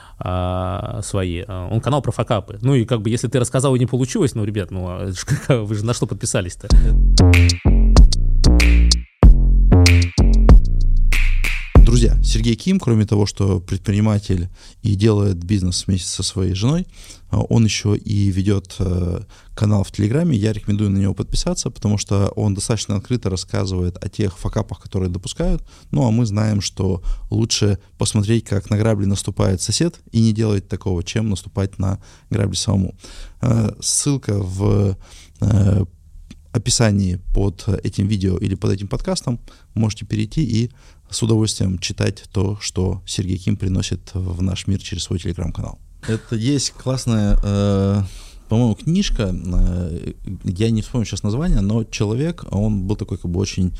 э, свои. Он канал про факапы. Ну и как бы, если ты рассказал и не получилось, ну, ребят, ну, вы же на что подписались-то? Друзья, Сергей Ким, кроме того, что предприниматель и делает бизнес вместе со своей женой, он еще и ведет канал в Телеграме. Я рекомендую на него подписаться, потому что он достаточно открыто рассказывает о тех факапах, которые допускают. Ну, а мы знаем, что лучше посмотреть, как на грабли наступает сосед, и не делать такого, чем наступать на грабли самому. Ссылка в описании под этим видео или под этим подкастом. Можете перейти и с удовольствием читать то, что Сергей Ким приносит в наш мир через свой телеграм-канал. Это есть классная, э, по-моему, книжка, э, я не вспомню сейчас название, но человек, он был такой как бы очень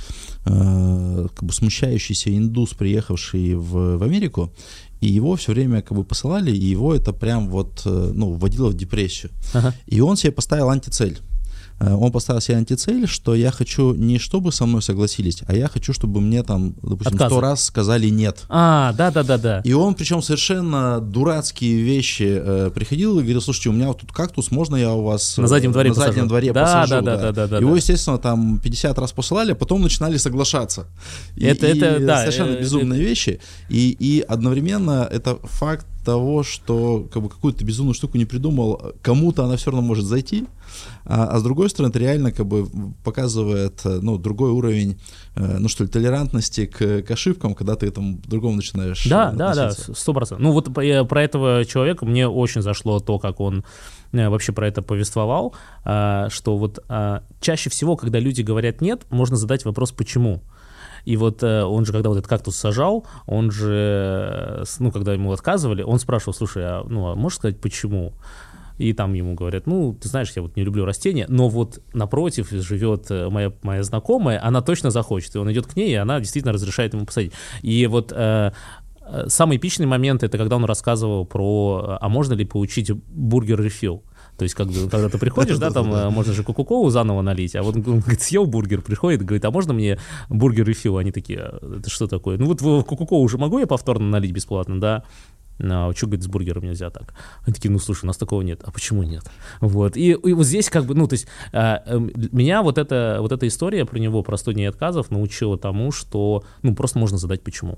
э, как бы смущающийся индус, приехавший в, в Америку, и его все время как бы посылали, и его это прям вот, э, ну, вводило в депрессию. Ага. И он себе поставил антицель. Он поставил себе антицель, что я хочу не чтобы со мной согласились, а я хочу, чтобы мне там, допустим, сто раз сказали нет. А, да-да-да-да. И он, причем совершенно дурацкие вещи э, приходил и говорил: слушайте, у меня вот тут кактус, можно я у вас на заднем дворе, на заднем дворе да, посажу? Да, да, да, да, да, Его, да. естественно, там пятьдесят раз посылали, а потом начинали соглашаться. И, это, и это, да, совершенно это, безумные это... вещи. И, и одновременно это факт того, что как бы какую-то безумную штуку не придумал, кому-то она все равно может зайти, а, а с другой стороны, это реально как бы показывает, ну, другой уровень, ну что ли, толерантности к, к ошибкам, когда ты там другому начинаешь Да, относиться. да, да, сто процентов. Ну вот про этого человека мне очень зашло то, как он вообще про это повествовал, что вот чаще всего, когда люди говорят «нет», можно задать вопрос «почему?». И вот он же, когда вот этот кактус сажал, он же, ну, когда ему отказывали, он спрашивал: слушай, а, ну, а можешь сказать, почему? И там ему говорят: ну, ты знаешь, я вот не люблю растения, но вот напротив живет моя, моя знакомая, она точно захочет. И он идет к ней, и она действительно разрешает ему посадить. И вот э, самый эпичный момент — это когда он рассказывал про, а можно ли получить бургер-рефил. То есть, как бы, когда ты приходишь, да, там можно же кока-колу заново налить, а вот он, говорит, съел бургер, приходит, говорит: а можно мне бургер-рефил? Они такие: это что такое? Ну вот в кока-колу уже могу я повторно налить бесплатно, да? А что, говорит, с бургером нельзя так? Они такие: ну, слушай, у нас такого нет. А почему нет? Вот. И, и вот здесь как бы, ну, то есть а, меня вот эта, вот эта история про него, про сто дней отказов, научила тому, что, ну, просто можно задать почему.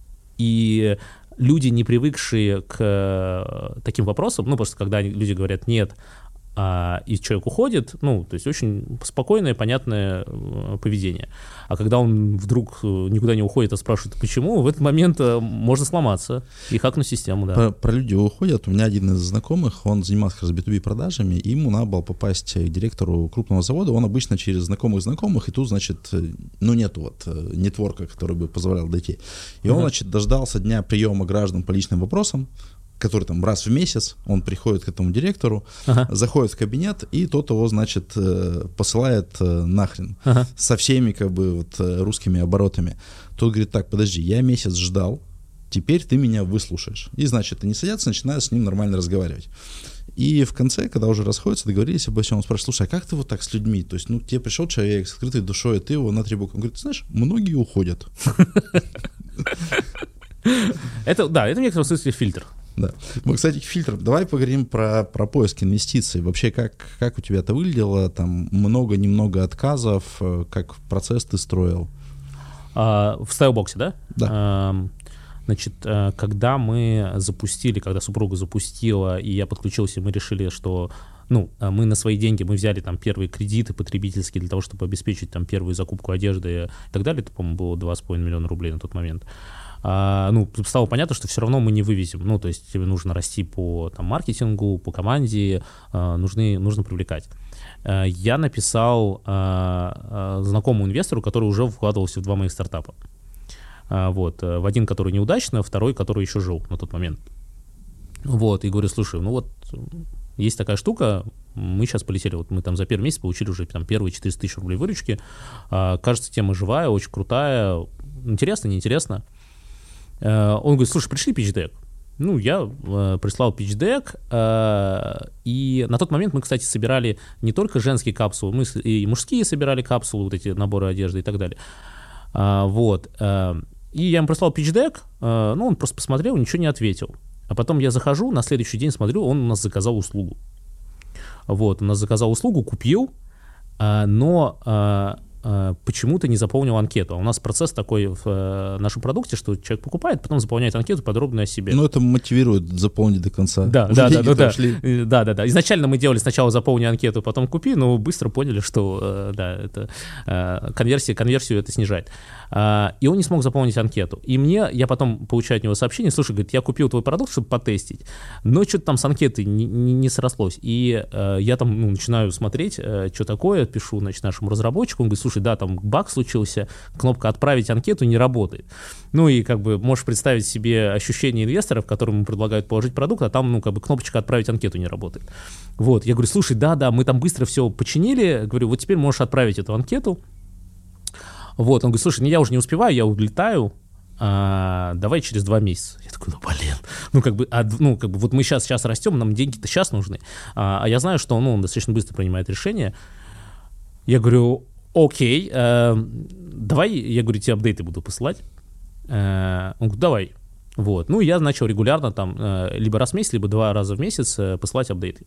И люди, не привыкшие к таким вопросам, ну, просто когда люди говорят «нет», а, и человек уходит, ну, то есть очень спокойное, понятное поведение. А когда он вдруг никуда не уходит, а спрашивает «почему?», в этот момент можно сломаться и хакнуть систему, да. Про, про люди уходят. У меня один из знакомых, он занимался как раз би ту би продажами, и ему надо было попасть к директору крупного завода. Он обычно через знакомых знакомых, и тут, значит, ну, нету вот нетворка, который бы позволял дойти. И он, uh-huh. значит, дождался дня приема граждан по личным вопросам, который там раз в месяц, он приходит к этому директору, ага. заходит в кабинет, и тот его, значит, посылает нахрен ага. со всеми, как бы, вот, русскими оборотами. Тот говорит: так, подожди, я месяц ждал, теперь ты меня выслушаешь. И, значит, они садятся, начинают с ним нормально разговаривать. И в конце, когда уже расходятся, договорились обо всем, он спрашивает: слушай, а как ты вот так с людьми? То есть, ну, к тебе пришел человек с открытой душой, ты его на три буквы. Он говорит: знаешь, многие уходят. Это, да, это в некотором смысле фильтр. Да. Мы, кстати, фильтр. Давай поговорим про, про поиск инвестиций. Вообще, как, как у тебя это выглядело? Там много-немного отказов. Как процесс ты строил? А, в стайлбоксе, да? Да. А, значит, когда мы запустили, когда супруга запустила, и я подключился, мы решили, что ну, мы на свои деньги, мы взяли там первые кредиты потребительские для того, чтобы обеспечить там первую закупку одежды и так далее. Это, по-моему, было два с половиной миллиона рублей на тот момент. А, ну, стало понятно, что все равно мы не вывезем. Ну, то есть тебе нужно расти по там, маркетингу, по команде, а, нужны, нужно привлекать. А, я написал а, а, знакомому инвестору, который уже вкладывался в два моих стартапа. А, вот, в один, который неудачно, второй, который еще жил на тот момент. Вот, и говорю: слушай, ну вот есть такая штука, мы сейчас полетели, вот мы там за первый месяц получили уже там первые четыреста тысяч рублей выручки. А, кажется, тема живая, очень крутая, интересно, неинтересно. Он говорит: слушай, пришли питч-дек. Ну, я э, прислал питч-дек, э, и на тот момент мы, кстати, собирали не только женские капсулы, мы и мужские собирали капсулы, вот эти наборы одежды и так далее. А, вот. Э, и я ему прислал питч-дек, э, ну, он просто посмотрел, ничего не ответил. А потом я захожу, на следующий день смотрю, он у нас заказал услугу. Вот, он у нас заказал услугу, купил, э, но... Э, почему ты не заполнил анкету. А у нас процесс такой в нашем продукте, что человек покупает, потом заполняет анкету подробно о себе. Ну, это мотивирует заполнить до конца. Да, да, да, да, да, да, да, да. Изначально мы делали сначала заполни анкету, потом купи, но быстро поняли, что да, это конверсия, конверсию это снижает. И он не смог заполнить анкету. И мне, я потом получаю от него сообщение, слушай, говорит, я купил твой продукт, чтобы потестить, но что-то там с анкетой не, не, не срослось. И я там ну, начинаю смотреть, что такое, пишу, значит, нашему разработчику, он говорит, слушай, да, там баг случился, кнопка «Отправить анкету» не работает. Ну и как бы можешь представить себе ощущение инвесторов, которым ему предлагают положить продукт, а там, ну, как бы кнопочка «Отправить анкету» не работает. Вот, я говорю, слушай, да-да, мы там быстро все починили, говорю, вот теперь можешь отправить эту анкету. Вот, он говорит, слушай, ну я уже не успеваю, я улетаю, а, давай через два месяца. Я такой, ну, блин, ну, как бы, а, ну, как бы, вот мы сейчас, сейчас растем, нам деньги-то сейчас нужны, а, а я знаю, что, ну, он достаточно быстро принимает решение. Я говорю, окей, э, давай, я говорю, тебе апдейты буду посылать. Э, он говорит, давай. Вот. Ну, я начал регулярно там э, либо раз в месяц, либо два раза в месяц э, посылать апдейты.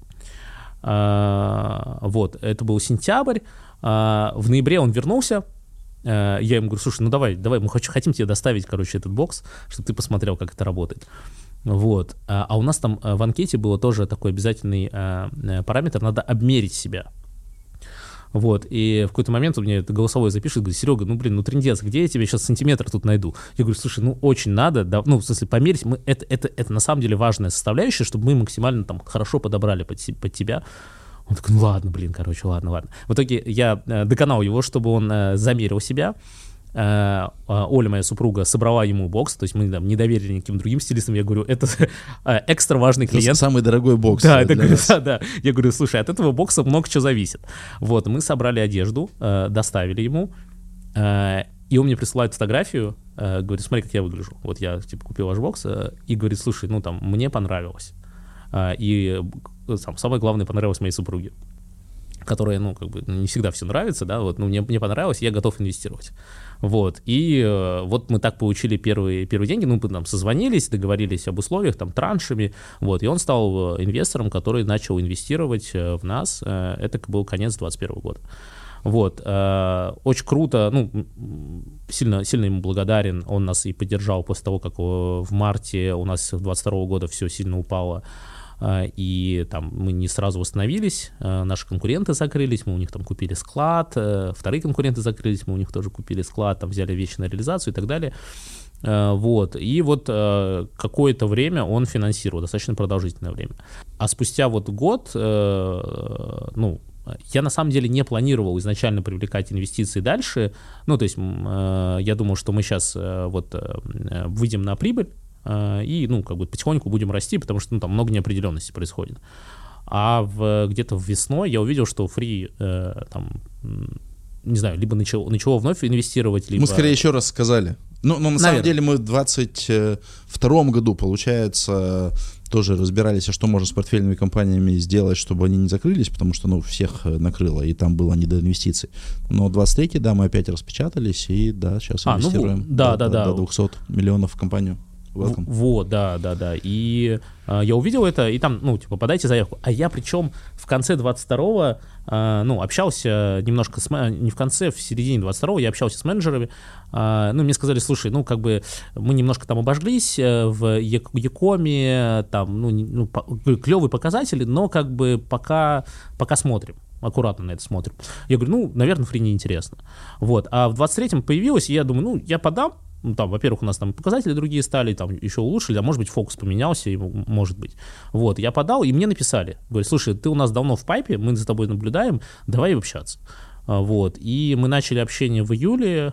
Э, вот, это был сентябрь. Э, в ноябре он вернулся. Э, я ему говорю, слушай, ну давай, давай, мы хочу, хотим тебе доставить, короче, этот бокс, чтобы ты посмотрел, как это работает. Вот. А, а у нас там в анкете было тоже такой обязательный э, параметр, надо обмерить себя. Вот, и в какой-то момент у меня это голосовое запишет, говорит, Серега, ну, блин, ну, трындец, где я тебе сейчас сантиметр тут найду? Я говорю, слушай, ну, очень надо, да, ну, в смысле, померить, мы, это, это, это на самом деле важная составляющая, чтобы мы максимально там хорошо подобрали под, под тебя. Он такой, ну, ладно, блин, короче, ладно, ладно. В итоге я э, доконал его, чтобы он э, замерил себя. Uh, uh, Оля, моя супруга, собрала ему бокс, то есть мы там, не доверили никаким другим стилистам, я говорю, это uh, экстра важный клиент. Это самый дорогой бокс. Да, это, говорю, да, да. Я говорю, слушай, от этого бокса много чего зависит. Вот, мы собрали одежду, uh, доставили ему, uh, и он мне присылает фотографию, uh, говорит, смотри, как я выгляжу. Вот я, типа, купил ваш бокс, uh, и говорит, слушай, ну там, мне понравилось. Uh, и там, самое главное, понравилось моей супруге, которая, ну, как бы, не всегда все нравится, да, вот, ну, мне, мне понравилось, я готов инвестировать. Вот, и э, вот мы так получили первые, первые деньги, ну, мы там созвонились, договорились об условиях, там, траншами, вот, и он стал инвестором, который начал инвестировать в нас, это был конец двадцать первого года. Вот, э, очень круто, ну, сильно, сильно ему благодарен, он нас и поддержал после того, как в марте у нас двадцать второго года все сильно упало, и там мы не сразу восстановились, наши конкуренты закрылись, мы у них там купили склад, вторые конкуренты закрылись, мы у них тоже купили склад, там взяли вещи на реализацию и так далее. Вот, и вот какое-то время он финансировал, достаточно продолжительное время. А спустя вот год, ну, я на самом деле не планировал изначально привлекать инвестиции дальше, ну, то есть я думал, что мы сейчас вот выйдем на прибыль, и, ну, как бы потихоньку будем расти, потому что, ну, там много неопределенности происходит. А в, где-то весной я увидел, что Free, э, там, не знаю, либо начало, начало вновь инвестировать, либо... Мы скорее еще раз сказали. Ну, но на Наверное. самом деле мы в двадцать втором году, получается, тоже разбирались, а что можно с портфельными компаниями сделать, чтобы они не закрылись, потому что, ну, всех накрыло, и там было не до инвестиций. Но двадцать третий, да, мы опять распечатались, и, да, сейчас а, инвестируем ну, да, до, да, до, да. до двухсот миллионов в компанию. Welcome. Вот, да, да, да. И э, я увидел это, и там, ну, типа, подайте заявку. А я причем в конце двадцать второго, э, ну, общался немножко с... Не в конце, в середине двадцать второго я общался с менеджерами. Э, ну, мне сказали, слушай, ну, как бы мы немножко там обожглись э, в Якоме, там, ну, ну по, клевые показатели, но как бы пока, пока смотрим. Аккуратно на это смотрим. Я говорю, ну, наверное, Free неинтересно. Вот. А в двадцать третьем появилось, и я думаю, ну, я подам. Ну, там, во-первых, у нас там показатели другие стали, там еще улучшили, а может быть, фокус поменялся, и, может быть. Вот, я подал, и мне написали. Говорят, слушай, ты у нас давно в пайпе, мы за тобой наблюдаем, давай общаться. Вот, и мы начали общение в июле,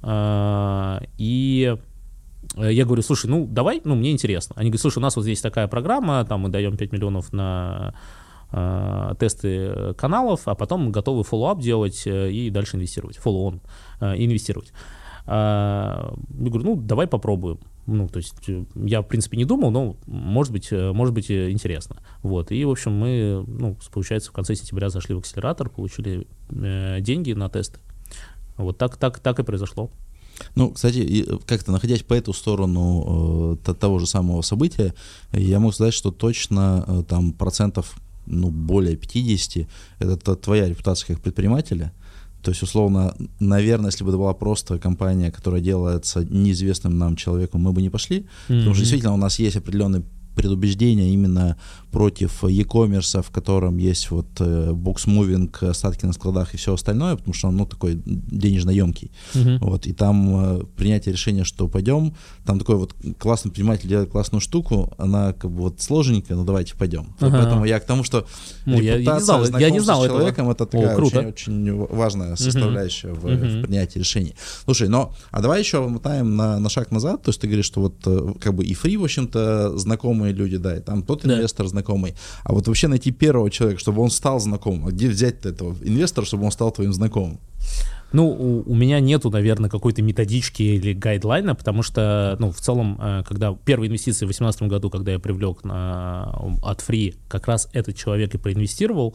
и я говорю, слушай, ну, давай, ну, мне интересно. Они говорят, слушай, у нас вот здесь такая программа, там мы даем пять миллионов на тесты каналов, а потом мы готовы фоллоуап делать и дальше инвестировать, фоллоуон, инвестировать. Я говорю, ну, давай попробуем. Ну, то есть я, в принципе, не думал, но может быть, может быть интересно. Вот. И, в общем, мы, ну, получается, в конце сентября зашли в акселератор, получили э, деньги на тесты. Вот так, так, так и произошло. Ну, кстати, как-то находясь по эту сторону э, того же самого события, я могу сказать, что точно э, там процентов, ну, более пятьдесят, это твоя репутация как предпринимателя. То есть, условно, наверное, если бы это была просто компания, которая делается неизвестным нам человеком, мы бы не пошли, mm-hmm. потому что действительно у нас есть определенный предубеждения именно против e-commerce, в котором есть вот бокс-мувинг, остатки на складах и все остальное, потому что он, ну, такой денежно-емкий. Uh-huh. Вот, и там э, принятие решения, что пойдем, там такой вот классный предприниматель делает классную штуку, она как бы вот сложненькая, ну давайте пойдем. Uh-huh. Поэтому я к тому, что ну, репутация, знакомство я не знал с человеком, этого. это такая О, очень, очень важная составляющая uh-huh. в, uh-huh. в принятии решений. Слушай, но, а давай еще мотаем на, на шаг назад, то есть ты говоришь, что вот как бы и Free, в общем-то, знакомые люди, да, и там тот да. инвестор знакомый. А вот вообще найти первого человека, чтобы он стал знакомым. А где взять этого инвестора, чтобы он стал твоим знакомым? Ну, у, у меня нету, наверное, какой-то методички или гайдлайна, потому что, ну, в целом, когда первые инвестиции в две тысячи восемнадцатом году, когда я привлек на, от Free, как раз этот человек и проинвестировал,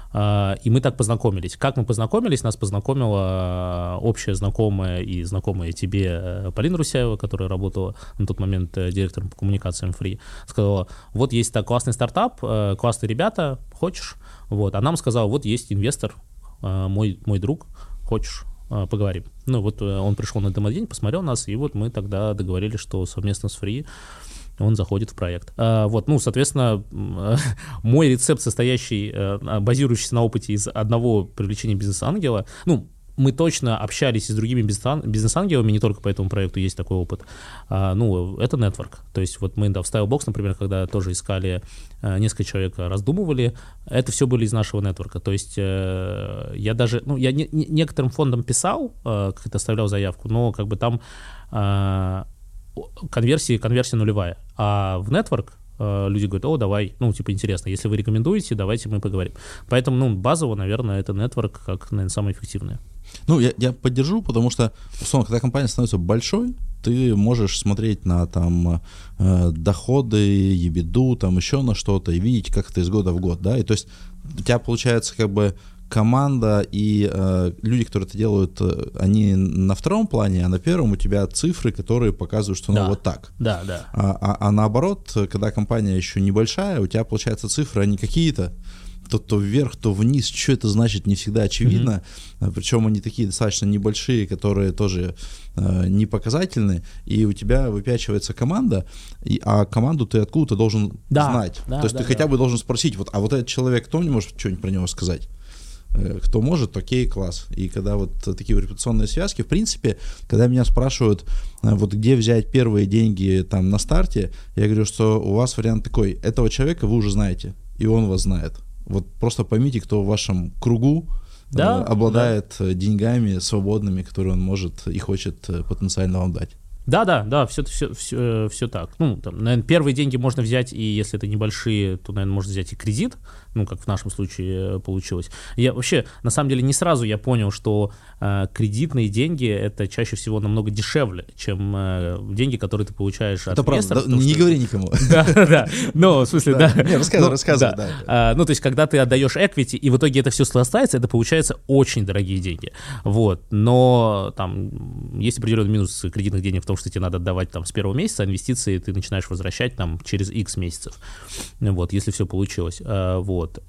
и мы так познакомились. Как мы познакомились? Нас познакомила общая знакомая и знакомая тебе Полина Русяева, которая работала на тот момент директором по коммуникациям Free. Сказала, вот есть так классный стартап, классные ребята, хочешь? Вот. А нам сказала, вот есть инвестор, мой, мой друг, хочешь? Поговорим. Ну вот он пришел на демо-день, посмотрел нас, и вот мы тогда договорились, что совместно с Free он заходит в проект. А, вот, ну, соответственно, мой рецепт, состоящий, базирующийся на опыте из одного привлечения бизнес-ангела, ну, мы точно общались и с другими бизнес-ангелами, не только по этому проекту есть такой опыт. А, ну, это нетворк. То есть вот мы, да, в Stylebox, например, когда тоже искали, несколько человек раздумывали, это все были из нашего нетворка. То есть э, я даже, ну, я не, не, некоторым фондам писал, э, как-то оставлял заявку, но как бы там э, конверсия, конверсия нулевая. А в нетворк э, люди говорят, о, давай, ну, типа, интересно, если вы рекомендуете, давайте мы поговорим. Поэтому, ну, базово, наверное, это нетворк как, наверное, самое эффективное. Ну, я, я поддержу, потому что, условно, когда компания становится большой, ты можешь смотреть на там э, доходы, ебиду, там еще на что-то и видеть, как это из года в год, да, и то есть у тебя получается как бы команда и э, люди, которые это делают, они на втором плане, а на первом у тебя цифры, которые показывают, что ну да, вот так. Да, да. А, а, а наоборот, когда компания еще небольшая, у тебя, получается, цифры, они какие-то, то, то вверх, то вниз, что это значит, не всегда очевидно, mm-hmm. причем они такие достаточно небольшие, которые тоже э, не показательны, и у тебя выпячивается команда, и, а команду ты откуда-то должен да, знать, да, то есть да, ты да. хотя бы должен спросить, вот, а вот этот человек, кто мне может что-нибудь про него сказать? Кто может, окей, класс. И когда вот такие репутационные связки, в принципе, когда меня спрашивают, вот где взять первые деньги там на старте, я говорю, что у вас вариант такой, этого человека вы уже знаете, и он вас знает. Вот просто поймите, кто в вашем кругу да, обладает да. деньгами свободными, которые он может и хочет потенциально вам дать. Да, да, да, все, все, все, все так. Ну, там, наверное, первые деньги можно взять, и если это небольшие, то, наверное, можно взять и кредит, ну, как в нашем случае получилось. Я вообще, на самом деле, не сразу я понял, что э, кредитные деньги это чаще всего намного дешевле, чем э, деньги, которые ты получаешь от инвесторов. Это правда, не говори никому. Да, да, ну, в смысле, да. Не, рассказывай, рассказывай, да. Ну, то есть, когда ты отдаешь equity, и в итоге это все срастается, это получается очень дорогие деньги. Вот, но там есть определенный минус кредитных денег в том, что тебе надо отдавать там с первого месяца, а инвестиции ты начинаешь возвращать там через X месяцев, вот, если все получилось, вот.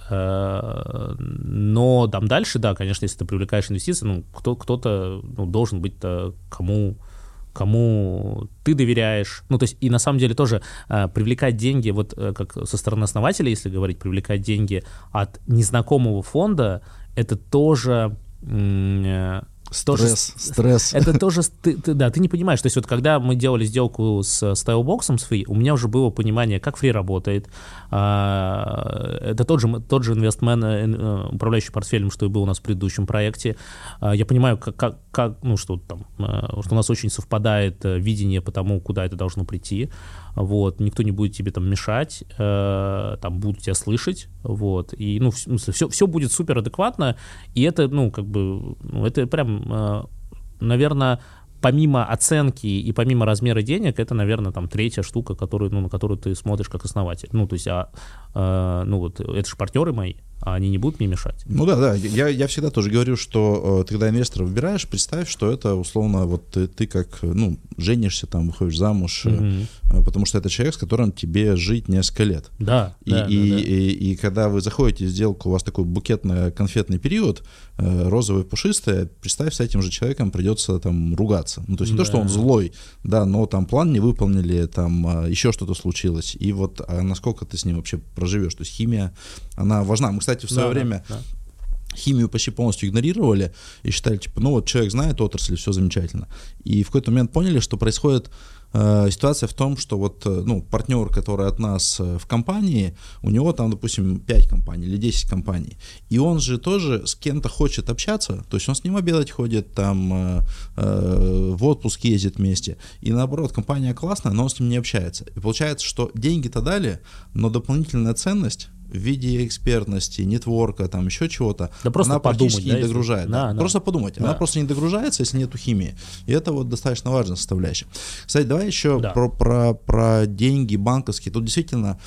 Но там дальше, да, конечно, если ты привлекаешь инвестиции, ну, кто, кто-то ну, должен быть кому... кому ты доверяешь. Ну, то есть, и на самом деле тоже э, привлекать деньги, вот э, как со стороны основателя, если говорить, привлекать деньги от незнакомого фонда, это тоже... Э, Стресс, тоже, стресс. Это тоже, ты, ты, да, ты не понимаешь. То есть вот когда мы делали сделку с Stylebox, с Free, у меня уже было понимание, как Free работает. Это тот же, тот же инвестмен, управляющий портфелем, что и был у нас в предыдущем проекте. Я понимаю, как, как, как, ну, что, там, что у нас очень совпадает видение по тому, куда это должно прийти. Вот, никто не будет тебе там мешать, э, там будут тебя слышать, вот, и, ну, все, все будет супер адекватно, и это, ну, как бы, ну, это прям, э, наверное, помимо оценки и помимо размера денег, это, наверное, там третья штука, которую, ну, на которую ты смотришь как основатель, ну, то есть, а, э, ну, вот, это же партнеры мои, а они не будут мне мешать. Ну да, да, я, я всегда тоже говорю, что э, ты когда инвестора выбираешь, представь, что это условно вот ты, ты как, ну, женишься, там, выходишь замуж, mm-hmm. э, потому что это человек, с которым тебе жить несколько лет. Да, и, да, и, да, да. И, и, и когда вы заходите в сделку, у вас такой букетно-конфетный период, э, розовый, пушистый, представь, с этим же человеком придется там ругаться. Ну, то есть не да. то, что он злой, да, но там план не выполнили, там еще что-то случилось, и вот а насколько ты с ним вообще проживешь, то есть химия, она важна. Мы, кстати, в свое да, время да, да. химию почти полностью игнорировали и считали, типа, ну вот человек знает отрасль, все замечательно. И в какой-то момент поняли, что происходит э, ситуация в том, что вот, ну, партнер, который от нас в компании, у него там, допустим, пять компаний или десять компаний, и он же тоже с кем-то хочет общаться, то есть он с ним обедать ходит, там, э, э, в отпуск ездит вместе, и наоборот, компания классная, но он с ним не общается. И получается, что деньги-то дали, но дополнительная ценность в виде экспертности, нетворка, там еще чего-то, да просто она подумать, практически да, не догружает. если... Да, да, да. Просто подумать. Да. Она просто не догружается, если нету химии. И это вот достаточно важная составляющая. Кстати, давай еще да. про, про, про деньги банковские. Тут действительно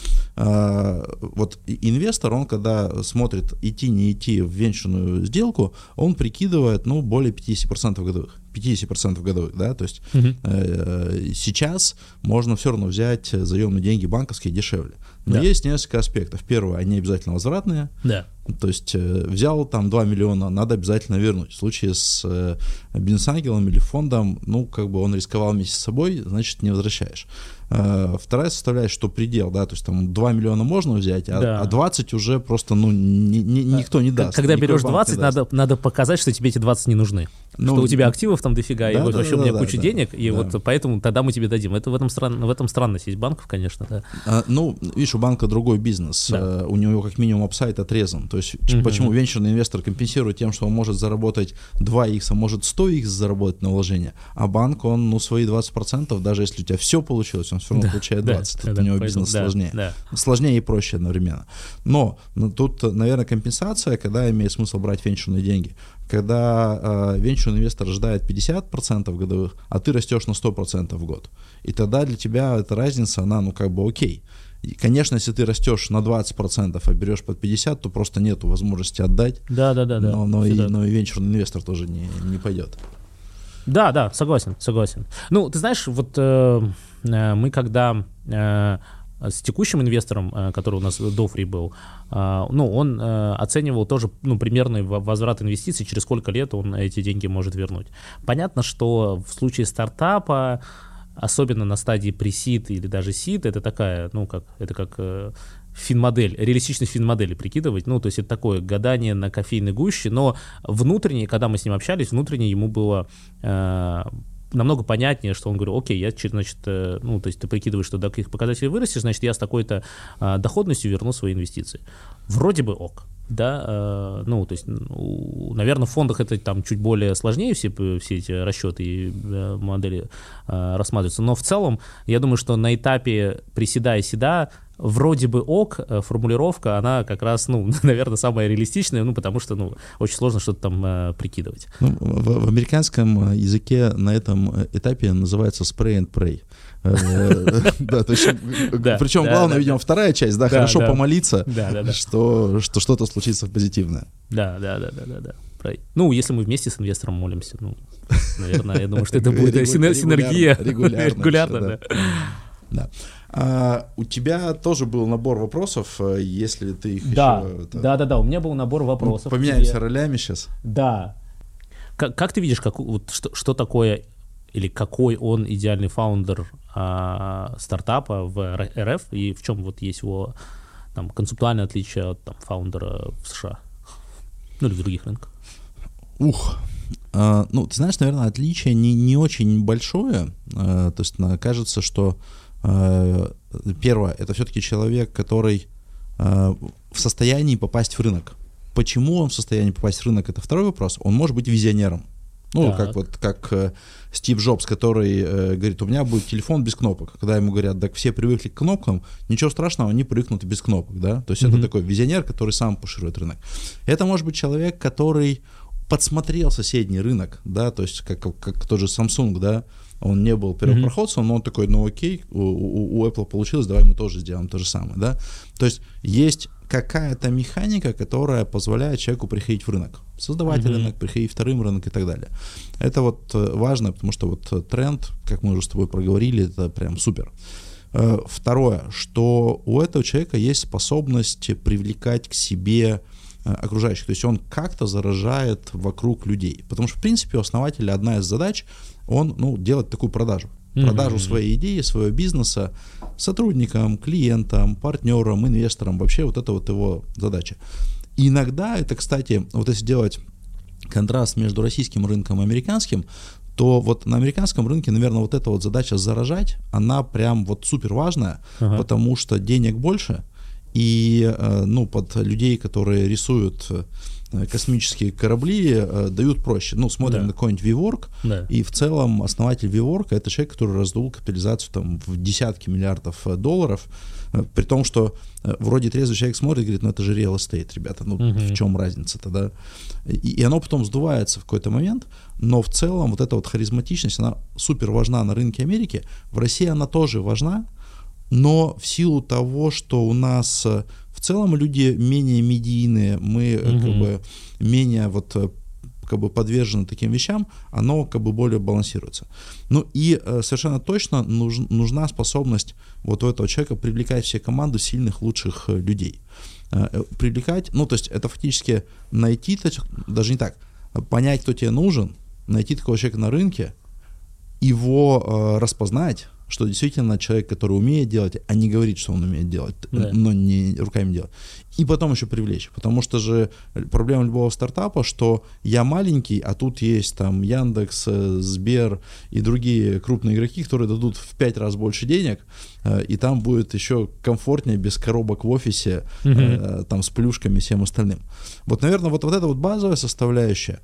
э, вот инвестор, он когда смотрит идти, не идти в венчурную сделку, он прикидывает, ну, более пятьдесят процентов годовых. пятьдесят процентов годовых, да, то есть uh-huh. э, сейчас можно все равно взять заемные деньги банковские дешевле. Но да. есть несколько аспектов. Первое, они обязательно возвратные. Да. То есть э, взял там два миллиона, надо обязательно вернуть. В случае с э, бизнес-ангелом или фондом, ну, как бы он рисковал вместе с собой, значит, не возвращаешь. Э, вторая составляющая, что предел, да, то есть там два миллиона можно взять, а, да. а двадцать уже просто, ну, ни, ни, никто не даст. Когда берешь двадцать, надо, надо показать, что тебе эти двадцать не нужны. Ну, что у тебя активов там дофига, да, и вот да, вообще да, у меня да, куча да, денег, да, и да. вот поэтому тогда мы тебе дадим. Это в этом, стран, в этом странность есть банков, конечно. Да. А, ну, видишь, у банка другой бизнес, да. а, у него как минимум апсайд отрезан. То есть угу. почему венчурный инвестор компенсирует тем, что он может заработать два икс, а может сто икс заработать на вложение, а банк, он, ну, свои двадцать процентов, даже если у тебя все получилось, он все равно да, получает двадцать. Да, тут да, у него поэтому, бизнес да, сложнее. Да. Сложнее и проще одновременно. Но ну, тут, наверное, компенсация, когда имеет смысл брать венчурные деньги. Когда э, венчурный инвестор ожидает пятьдесят процентов годовых, а ты растешь на сто процентов в год. И тогда для тебя эта разница, она, ну, как бы окей. И, конечно, если ты растешь на двадцать процентов, а берешь под пятьдесят, то просто нету возможности отдать. Да, да, да. Но, да. но, и, но и венчурный инвестор тоже не, не пойдет. Да, да, согласен, согласен. Ну, ты знаешь, вот э, э, мы когда... Э, с текущим инвестором, который у нас до Free был, ну, он оценивал тоже, ну, примерный возврат инвестиций, через сколько лет он эти деньги может вернуть. Понятно, что в случае стартапа, особенно на стадии pre-seed или даже seed, это такая, ну, как, это как финмодель, реалистичность финмодели прикидывать, ну, то есть это такое гадание на кофейной гуще, но внутренне, когда мы с ним общались, внутренне ему было... намного понятнее, что он говорит, окей, я, значит, ну, то есть ты прикидываешь, что до каких показателей вырастешь, значит, я с такой-то а, доходностью верну свои инвестиции. Вроде бы ок, да, а, ну, то есть, ну, наверное, в фондах это там чуть более сложнее все, все эти расчеты и а, модели а, рассматриваются, но в целом, я думаю, что на этапе приседа и седа вроде бы ок, формулировка, она как раз, ну, наверное, самая реалистичная, ну, потому что, ну, очень сложно что-то там э, прикидывать. Ну, в, в американском языке на этом этапе называется spray and pray. Да, то есть, причем главное, видимо, вторая часть, да, хорошо помолиться, что что-то случится позитивное. Да, да, да, да, да. Ну, если мы вместе с инвестором молимся, ну, наверное, я думаю, что это будет синергия. Регулярно, да. Да. А у тебя тоже был набор вопросов, если ты их да, еще... Это... Да, да, да, у меня был набор вопросов. Мы поменяемся ролями сейчас. Да. Как, как ты видишь, как, вот, что, что такое, или какой он идеальный фаундер а, стартапа в эр эф, и в чем вот есть его там, концептуальное отличие от там, фаундера в США? Ну или в других рынках? Ух... Uh, ну, ты знаешь, наверное, отличие не, не очень большое. Uh, то есть uh, кажется, что uh, первое, это все-таки человек, который uh, в состоянии попасть в рынок. Почему он в состоянии попасть в рынок, это второй вопрос. Он может быть визионером. Ну, так. как вот как uh, Стив Джобс, который uh, говорит, у меня будет телефон без кнопок. Когда ему говорят, да, все привыкли к кнопкам, ничего страшного, они привыкнут без кнопок, да. То есть mm-hmm. это такой визионер, который сам поширует рынок. Это может быть человек, который подсмотрел соседний рынок, да, то есть как, как, как тот же Samsung, да, он не был первопроходцем, mm-hmm. но он такой, ну окей, у, у, у Apple получилось, давай мы тоже сделаем то же самое, да. То есть есть какая-то механика, которая позволяет человеку приходить в рынок, создавать mm-hmm. рынок, приходить в вторым рынок и так далее. Это вот важно, потому что вот тренд, как мы уже с тобой проговорили, это прям супер. Второе, что у этого человека есть способность привлекать к себе окружающих, то есть он как-то заражает вокруг людей, потому что в принципе у основателя одна из задач, он ну, делать такую продажу. Продажу mm-hmm. своей идеи, своего бизнеса сотрудникам, клиентам, партнерам, инвесторам. Вообще вот это вот его задача. И иногда это, кстати, вот если делать контраст между российским рынком и американским, то вот на американском рынке, наверное, вот эта вот задача заражать, она прям вот супер важная, uh-huh. потому что денег больше, и ну, под людей, которые рисуют космические корабли, дают проще. Ну, смотрим да. на какой-нибудь WeWork, да. и в целом основатель WeWork — это человек, который раздул капитализацию там, в десятки миллиардов долларов, при том, что вроде трезвый человек смотрит и говорит, ну это же real estate, ребята, ну uh-huh. в чем разница-то, да? И, и оно потом сдувается в какой-то момент, но в целом вот эта вот харизматичность, она супер важна на рынке Америки, в России она тоже важна, но в силу того, что у нас в целом люди менее медийные, мы mm-hmm. как бы менее вот как бы подвержены таким вещам, оно как бы более балансируется. Ну и совершенно точно нуж, нужна способность вот у этого человека привлекать все команду сильных, лучших людей. Привлекать, ну то есть это фактически найти, даже не так, понять, кто тебе нужен, найти такого человека на рынке, его распознать, что действительно человек, который умеет делать, а не говорит, что он умеет делать, да. но не руками делать. И потом еще привлечь, потому что же проблема любого стартапа, что я маленький, а тут есть там Яндекс, Сбер и другие крупные игроки, которые дадут в пять раз больше денег, и там будет еще комфортнее, без коробок в офисе, угу. там с плюшками и всем остальным. Вот, наверное, вот, вот эта вот базовая составляющая,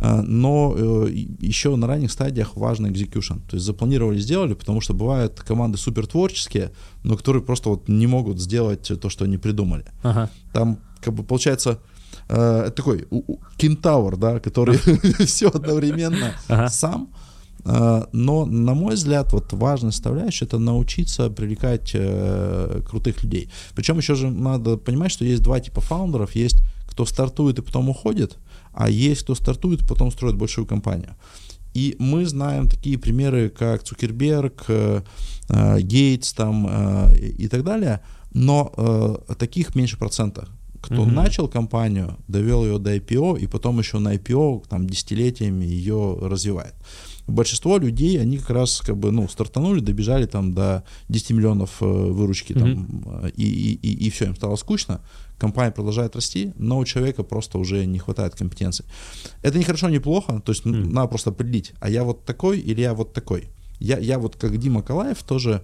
но еще на ранних стадиях важно execution, то есть запланировали, сделали, потому что бывают команды супер творческие, но которые просто вот не могут сделать то, что они придумали. Ага. Там, как бы, получается, э, такой кентавр, да, который все одновременно сам. Э, но, на мой взгляд, вот важная составляющая — это научиться привлекать э, крутых людей. Причем еще же надо понимать, что есть два типа фаундеров. Есть кто стартует и потом уходит, а есть кто стартует и потом строит большую компанию. И мы знаем такие примеры, как Цукерберг, э, э, Гейтс там, э, и так далее, но э, таких меньше процента. Кто mm-hmm. начал компанию, довел ее до ай пи о, и потом еще на ай пи о там, десятилетиями ее развивает. Большинство людей, они как раз как бы, ну, стартанули, добежали там, до десяти миллионов э, выручки, mm-hmm. там, и, и, и, и все, им стало скучно. Компания продолжает расти, но у человека просто уже не хватает компетенций. Это не хорошо, не плохо, то есть mm. надо просто определить, а я вот такой или я вот такой. Я, я вот как Дима Калаев тоже,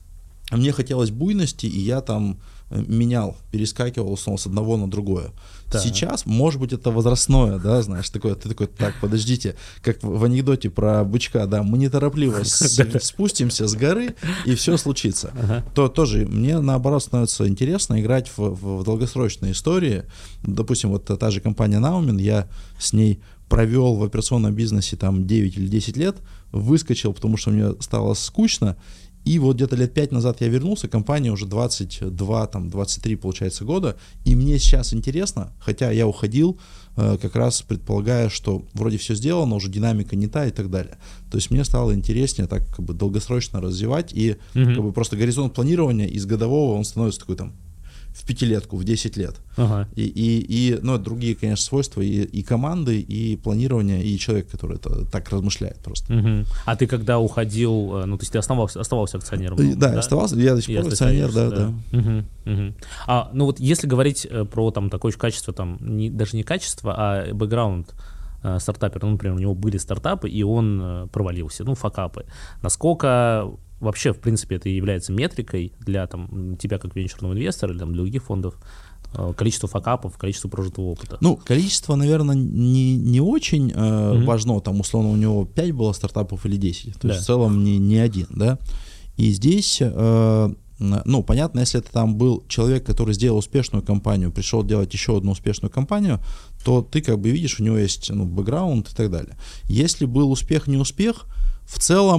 мне хотелось буйности, и я там менял, перескакивал снова с одного на другое. Да. Сейчас, может быть, это возрастное, да, знаешь, такое, ты такой, так, подождите, как в анекдоте про бычка, да, мы неторопливо спустимся с горы, и все случится. То тоже мне, наоборот, становится интересно играть в долгосрочные истории. Допустим, вот та же компания Naumin, я с ней провел в операционном бизнесе там девять или десять лет, выскочил, потому что мне стало скучно. И вот где-то лет пять назад я вернулся, компания уже двадцать два, там, двадцать три, получается, года, и мне сейчас интересно, хотя я уходил, э, как раз предполагая, что вроде все сделано, уже динамика не та и так далее. То есть мне стало интереснее так как бы долгосрочно развивать, и угу. как бы просто горизонт планирования из годового, он становится такой там в пятилетку, в десять лет. Ага. И, и, и, ну, другие, конечно, свойства и, и команды, и планирования, и человек, который это, так размышляет просто. Угу. А ты когда уходил, ну, то есть ты оставался, оставался акционером? Ну, да, да, оставался, я до сих пор акционер, да, да. да. Угу, угу. А, ну вот если говорить про там такое качество, там, не, даже не качество, а бэкграунд стартапера, ну, например, у него были стартапы, и он провалился, ну, факапы. Насколько вообще, в принципе, это является метрикой для там, тебя как венчурного инвестора или там, для других фондов, количество факапов, количество прожитого опыта? Ну, количество, наверное, не, не очень э, mm-hmm. важно. Там, условно, у него пять было стартапов или десять. То да. есть, в целом, не, не один, да. И здесь, э, ну, понятно, если это там был человек, который сделал успешную компанию, пришел делать еще одну успешную компанию, то ты как бы видишь, у него есть ну, бэкграунд и так далее. Если был успех, не успех, в целом,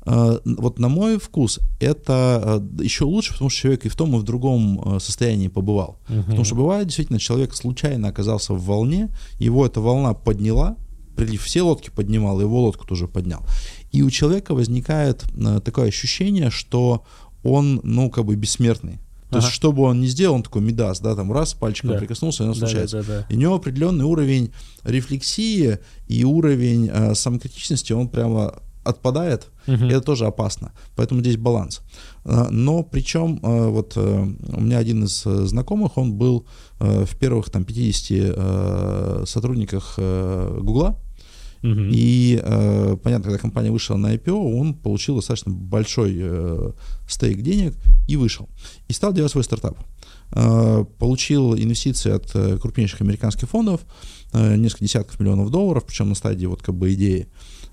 Вот на мой вкус это еще лучше, потому что человек и в том, и в другом состоянии побывал. Uh-huh. Потому что бывает, действительно, человек случайно оказался в волне, его эта волна подняла, прилив все лодки поднимал, его лодку тоже поднял. И у человека возникает такое ощущение, что он, ну, как бы бессмертный. То ага. есть, что бы он ни сделал, он такой Мидас, да, там раз пальчиком да. прикоснулся, и оно да, случается. Да, да, да. И у него определенный уровень рефлексии и уровень э, самокритичности, он прямо отпадает, угу. и это тоже опасно. Поэтому здесь баланс. Но причем вот у меня один из знакомых, он был в первых там пятидесяти сотрудниках Гугла, угу. и понятно, когда компания вышла на ай пи о, он получил достаточно большой стейк денег и вышел. И стал делать свой стартап. Получил инвестиции от крупнейших американских фондов, несколько десятков миллионов долларов, причем на стадии вот как бы идеи.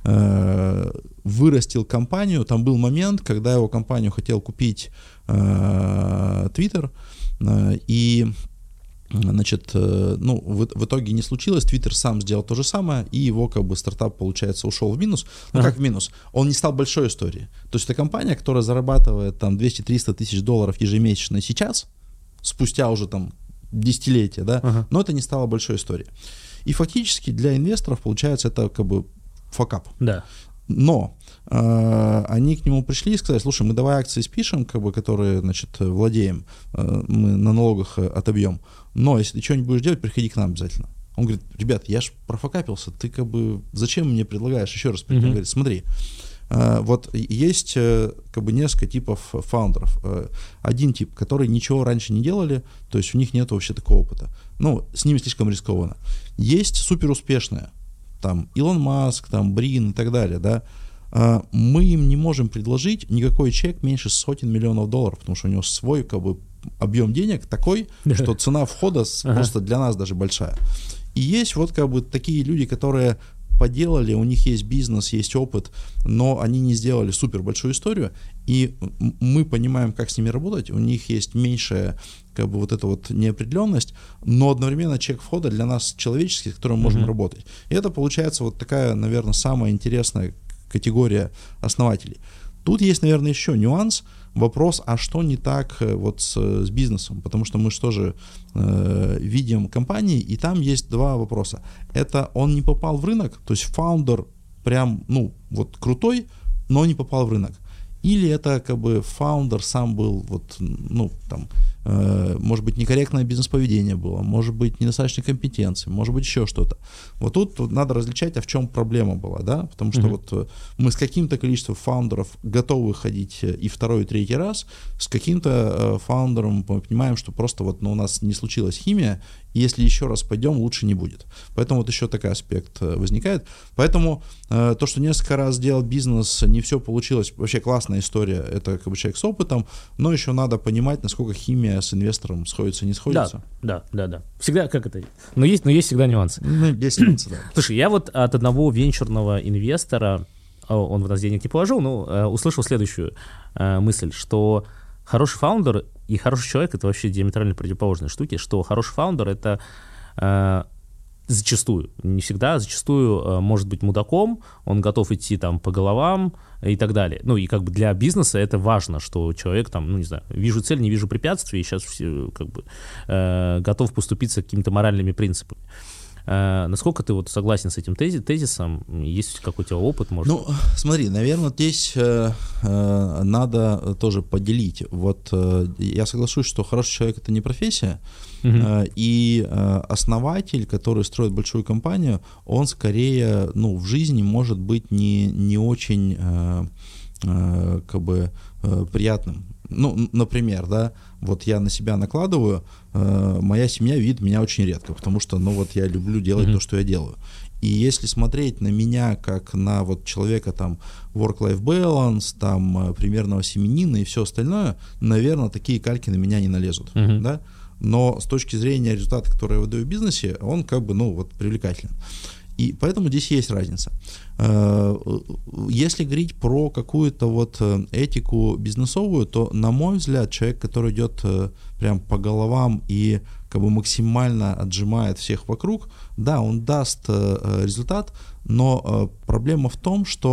Вырастил компанию. Там был момент, когда его компанию хотел купить Twitter, и значит, ну, в, в итоге не случилось. Twitter сам сделал то же самое, и его как бы стартап, получается, ушел в минус. Ну, ага. как в минус? Он не стал большой историей. То есть это компания, которая зарабатывает там двести-триста тысяч долларов ежемесячно сейчас, спустя уже там десятилетия, да, ага. но это не стало большой историей. И фактически для инвесторов, получается, это как бы факап. Да. Но э, они к нему пришли и сказали: слушай, мы давай акции спишем, как бы, которые, значит, владеем, э, мы на налогах отобьем, но если ты что-нибудь будешь делать, приходи к нам обязательно. Он говорит: ребят, я ж профокапился, ты как бы зачем мне предлагаешь еще раз? Mm-hmm. Он говорит: смотри, э, вот есть э, как бы несколько типов фаундеров. Э, один тип, которые ничего раньше не делали, то есть у них нет вообще такого опыта. Ну, с ними слишком рискованно. Есть суперуспешные, там Илон Маск, там Брин и так далее, да, а, мы им не можем предложить никакой чек меньше сотен миллионов долларов, потому что у него свой как бы объем денег такой, что цена входа ага. просто для нас даже большая. И есть вот как бы такие люди, которые поделали, у них есть бизнес, есть опыт, но они не сделали супер большую историю, и мы понимаем, как с ними работать, у них есть меньшая как бы вот эта вот неопределенность, но одновременно чек входа для нас человеческий, с которым мы можем mm-hmm. работать. И это получается вот такая, наверное, самая интересная категория основателей. Тут есть, наверное, еще нюанс, вопрос, а что не так вот с, с бизнесом, потому что мы же тоже э, видим компании, и там есть два вопроса. Это он не попал в рынок, то есть фаундер прям, ну, вот крутой, но не попал в рынок. Или это как бы фаундер сам был вот, ну, там, э, может быть, некорректное бизнес-поведение было, может быть, недостаточной компетенции, может быть, еще что-то. Вот тут надо различать, а в чем проблема была, да, потому что mm-hmm. вот мы с каким-то количеством фаундеров готовы ходить и второй, и третий раз, с каким-то э, фаундером мы понимаем, что просто вот, ну, у нас не случилась химия, и если еще раз пойдем, лучше не будет. Поэтому вот еще такой аспект возникает. Поэтому э, то, что несколько раз делал бизнес, не все получилось, вообще классная история, это как бы человек с опытом, но еще надо понимать, насколько химия с инвестором сходится, не сходится. Да, да, да, да. Всегда как это? Но есть, но есть всегда нюансы. Ну, есть нюансы, да. Слушай, я вот от одного венчурного инвестора, он в нас денег не положил, но услышал следующую мысль, что хороший фаундер и хороший человек — это вообще диаметрально противоположные штуки, что хороший фаундер — это э, зачастую, не всегда, зачастую э, может быть мудаком, он готов идти там по головам и так далее. Ну и как бы для бизнеса это важно, что человек там, ну не знаю, вижу цель, не вижу препятствий, и сейчас все как бы э, готов поступиться какими-то моральными принципами. Uh, насколько ты вот согласен с этим тези- тезисом? Есть какой-то опыт, может? Ну, смотри, наверное, здесь э, э, надо тоже поделить. Вот э, я соглашусь, что хороший человек — это не профессия, uh-huh. э, и э, основатель, который строит большую компанию, он скорее, ну, в жизни может быть не, не очень э, э, как бы э, приятным. Ну, например, да, вот я на себя накладываю, э, моя семья видит меня очень редко, потому что, ну, вот я люблю делать mm-hmm. то, что я делаю. И если смотреть на меня как на вот человека там work-life balance, там примерного семьянина и все остальное, наверное, такие кальки на меня не налезут, mm-hmm. да. Но с точки зрения результата, который я выдаю в бизнесе, он как бы, ну, вот привлекателен. И поэтому здесь есть разница. Если говорить про какую-то вот этику бизнесовую, то, на мой взгляд, человек, который идет прям по головам и как бы максимально отжимает всех вокруг, да, он даст результат, но проблема в том, что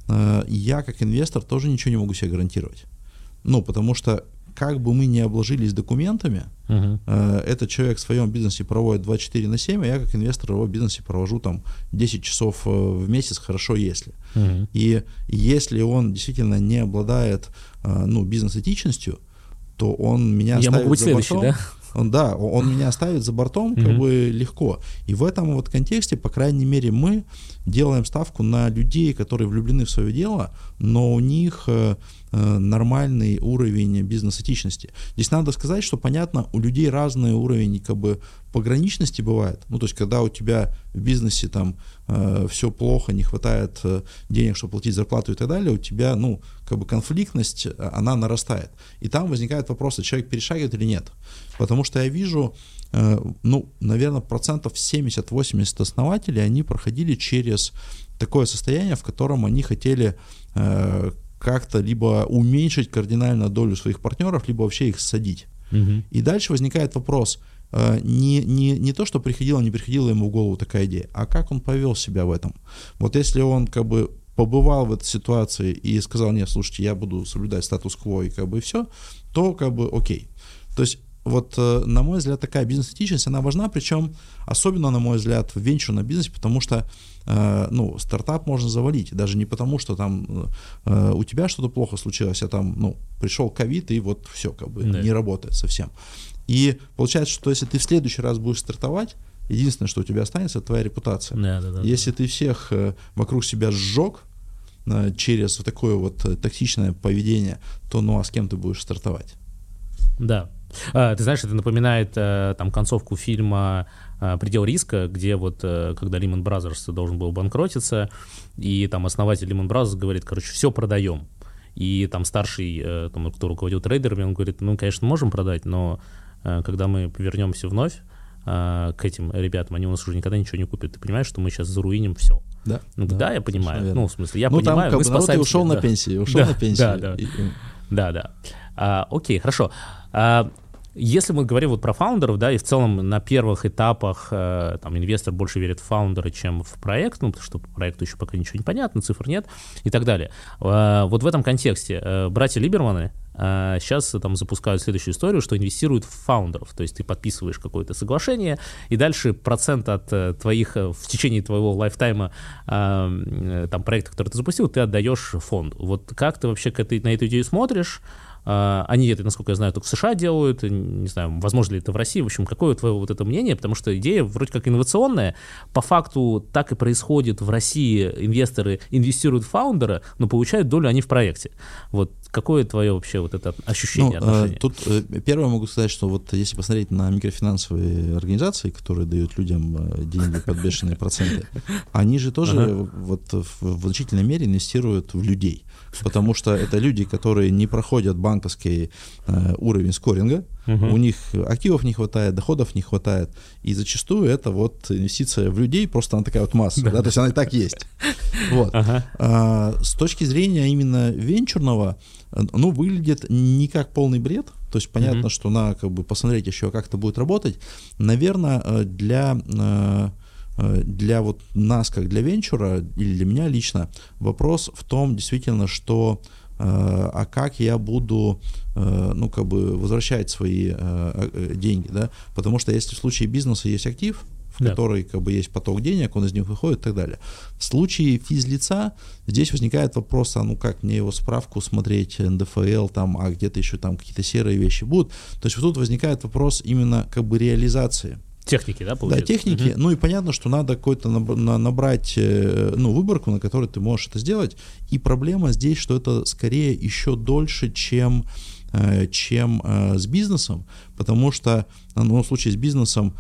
э, я как инвестор тоже ничего не могу себе гарантировать. Ну, потому что как бы мы ни обложились документами, uh-huh. э, этот человек в своем бизнесе проводит двадцать четыре на семь, а я как инвестор в его бизнесе провожу там десять часов в месяц, хорошо если. Uh-huh. И если он действительно не обладает э, ну, бизнес-этичностью, то он меня я ставит могу быть за следующий, бортом. Да? Он, да, он меня ставит за бортом как uh-huh. бы легко. И в этом вот контексте, по крайней мере, мы делаем ставку на людей, которые влюблены в свое дело, но у них э, э, нормальный уровень бизнес-этичности. Здесь надо сказать, что, понятно, у людей разный уровень как бы пограничности бывает. Ну, то есть, когда у тебя в бизнесе там э, все плохо, не хватает э, денег, чтобы платить зарплату и так далее, у тебя, ну, как бы конфликтность, она нарастает. И там возникает вопрос, человек перешагивает или нет. Потому что я вижу, э, ну, наверное, процентов семьдесят-восемьдесят основателей, они проходили через такое состояние, в котором они хотели э, как-то либо уменьшить кардинально долю своих партнеров, либо вообще их ссадить. Угу. И дальше возникает вопрос, э, не, не, не то, что приходило, не приходила ему в голову такая идея, а как он повел себя в этом. Вот если он как бы побывал в этой ситуации и сказал, нет, слушайте, я буду соблюдать статус-кво и как бы все, то как бы окей. То есть вот, на мой взгляд, такая бизнес-этичность, она важна, причем особенно, на мой взгляд, в венчурном бизнесе, потому что, э, ну, стартап можно завалить, даже не потому, что там э, у тебя что-то плохо случилось, а там, ну, пришел ковид, и вот все, как бы, да. не работает совсем. И получается, что если ты в следующий раз будешь стартовать, единственное, что у тебя останется, это твоя репутация. Да, да, да, если да. ты всех э, вокруг себя сжег э, через вот такое вот э, токсичное поведение, то, ну, а с кем ты будешь стартовать? Да. А, ты знаешь, это напоминает а, там концовку фильма а, «Предел риска», где вот, а, когда Lehman Brothers должен был банкротиться, и там основатель Lehman Brothers говорит, короче, все продаем. И там старший, а, там, кто руководил трейдерами, он говорит, ну, конечно, можем продать, но а, когда мы вернемся вновь а, к этим ребятам, они у нас уже никогда ничего не купят. Ты понимаешь, что мы сейчас заруиним все? Да, ну, да, да, я понимаю. Ну, в смысле, я ну, понимаю, там, мы как бы, спасаем... Народ ушел себя, на да. пенсию, ушел да, на пенсию. Да, да, и... да. да. А, окей, хорошо. А, если мы говорим вот про фаундеров, да, и в целом на первых этапах э, там инвестор больше верит в фаундера, чем в проект, ну, потому что по проекту еще пока ничего не понятно, цифр нет и так далее. Э, вот в этом контексте э, братья Либерманы э, сейчас там запускают следующую историю, что инвестируют в фаундеров, то есть ты подписываешь какое-то соглашение, и дальше процент от э, твоих, э, в течение твоего лайфтайма э, там проекта, который ты запустил, ты отдаешь фонду. Вот как ты вообще к этой, на эту идею смотришь? Uh, они это, насколько я знаю, только в США делают, не знаю, возможно ли это в России, в общем, какое твое вот это мнение, потому что идея вроде как инновационная, по факту так и происходит в России, инвесторы инвестируют в фаундера, но получают долю они в проекте. Вот какое твое вообще вот это ощущение, ну, отношение? Uh, тут uh, первое могу сказать, что вот если посмотреть на микрофинансовые организации, которые дают людям uh, деньги под бешеные проценты, они же тоже uh-huh. вот в, в значительной мере инвестируют в людей. Потому что это люди, которые не проходят банковский э, уровень скоринга, uh-huh. у них активов не хватает, доходов не хватает, и зачастую это вот инвестиция в людей, просто она такая вот масса, да, то есть она и так есть. Вот. Uh-huh. А, с точки зрения именно венчурного, ну, выглядит не как полный бред, то есть понятно, uh-huh. что надо как бы посмотреть еще, как это будет работать. Наверное, для... Для вот нас, как для венчура, или для меня лично, вопрос в том, действительно, что э, а как я буду, э, ну, как бы возвращать свои э, деньги, да, потому что если в случае бизнеса есть актив, в да. который как бы есть поток денег, он из них выходит и так далее. В случае физлица здесь возникает вопрос, а ну как мне его справку смотреть, эн дэ эф эл, там, а где-то еще там какие-то серые вещи будут. То есть вот тут возникает вопрос именно как бы реализации. Техники, да, получается? Да, техники. Uh-huh. Ну и понятно, что надо какой-то набрать, ну, выборку, на которой ты можешь это сделать. И проблема здесь, что это скорее еще дольше, чем, чем с бизнесом, потому что, ну, в случае с бизнесом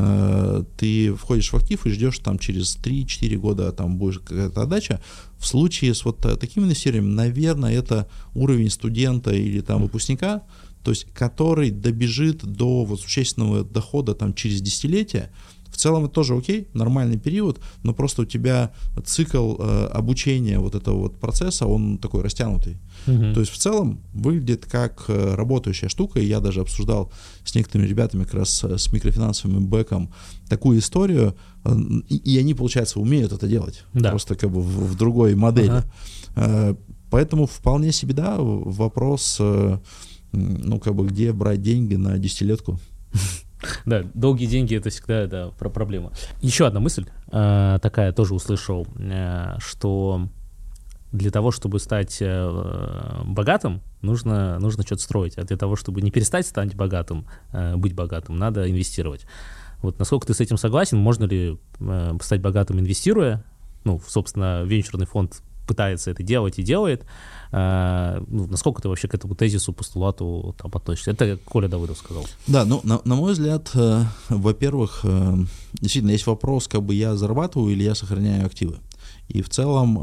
ты входишь в актив и ждешь там через три-четыре года там будет какая-то отдача. В случае с вот таким инвестированием, наверное, это уровень студента или там выпускника, то есть который добежит до вот существенного дохода там через десятилетие, в В целом это тоже окей, нормальный период, но просто у тебя цикл э, обучения вот этого вот процесса, он такой растянутый. Uh-huh. То есть в целом выглядит как э, работающая штука, и я даже обсуждал с некоторыми ребятами как раз с микрофинансовым бэком такую историю, э, и, и они, получается, умеют это делать, да. Просто как бы в, в другой модели. Uh-huh. Э, поэтому вполне себе, да, вопрос, э, ну, как бы, где брать деньги на десятилетку. Да, долгие деньги — это всегда, да, про проблема. Еще одна мысль, э, такая тоже услышал, э, что для того, чтобы стать э, богатым, нужно, нужно что-то строить, а для того, чтобы не перестать стать богатым, э, быть богатым, надо инвестировать. Вот насколько ты с этим согласен? Можно ли э, стать богатым, инвестируя? Ну, собственно, венчурный фонд пытается это делать и делает. А, ну, насколько ты вообще к этому тезису, постулату там относишься? Это Коля Давыдов сказал. Да, ну, на, на мой взгляд, э, во-первых, э, действительно, есть вопрос, как бы я зарабатываю или я сохраняю активы. И в целом, э,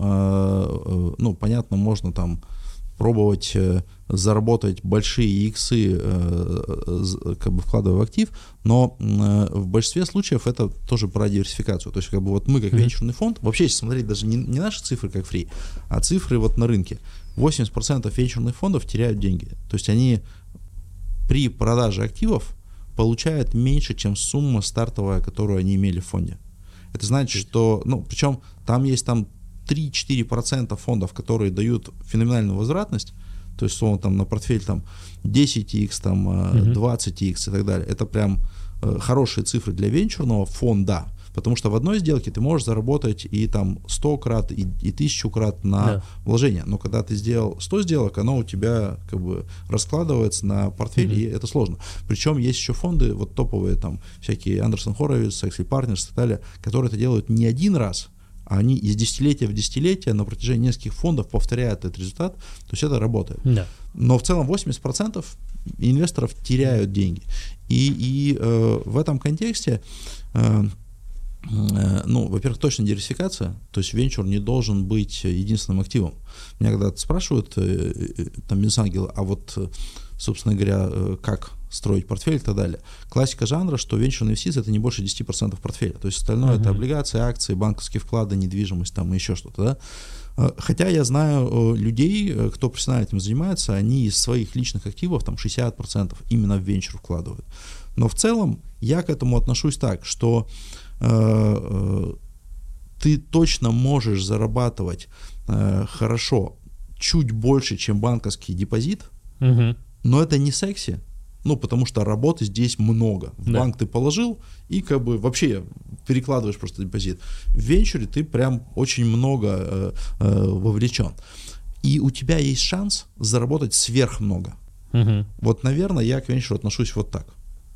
э, ну, понятно, можно там пробовать э, заработать большие иксы, э, как бы вкладывая в актив, но э, в большинстве случаев это тоже про диверсификацию. То есть как бы вот мы как mm-hmm. венчурный фонд, вообще если смотреть даже не, не наши цифры как фри, а цифры вот на рынке, восемьдесят процентов венчурных фондов теряют деньги. То есть они при продаже активов получают меньше, чем сумма стартовая, которую они имели в фонде. Это значит, что, ну, причем там есть там три-четыре процента фондов, которые дают феноменальную возвратность, то есть, словно там на портфель там десять икс, там uh-huh. двадцать икс и так далее. Это прям э, хорошие цифры для венчурного фонда, потому что в одной сделке ты можешь заработать и там сто крат, и, и тысячу крат на да. вложение, но когда ты сделал сто сделок, оно у тебя как бы раскладывается на портфель, uh-huh. и это сложно. Причем есть еще фонды, вот топовые там всякие Андерсон Хоровиц, Axel Partners и так далее, которые это делают не один раз, они из десятилетия в десятилетие на протяжении нескольких фондов повторяют этот результат, то есть это работает. Да. Но в целом восемьдесят процентов инвесторов теряют деньги. И, и э, в этом контексте, э, э, ну, во-первых, точно диверсификация, то есть венчур не должен быть единственным активом. Меня когда-то спрашивают, э, э, там, бизнес-ангелы, а вот, собственно говоря, э, как строить портфель и так далее. Классика жанра, что венчурные инвестиции — это не больше десять процентов портфеля. То есть остальное uh-huh. это облигации, акции, банковские вклады, недвижимость там и еще что-то. Да? Хотя я знаю людей, кто профессионально этим занимается, они из своих личных активов там шестьдесят процентов именно в венчур вкладывают. Но в целом я к этому отношусь так, что э, ты точно можешь зарабатывать э, хорошо чуть больше, чем банковский депозит, uh-huh. но это не секси. Ну, потому что работы здесь много. В да. банк ты положил и как бы вообще перекладываешь просто депозит. В венчуре ты прям очень много э, э, вовлечен. И у тебя есть шанс заработать сверхмного. Угу. Вот, наверное, я к венчуру отношусь вот так.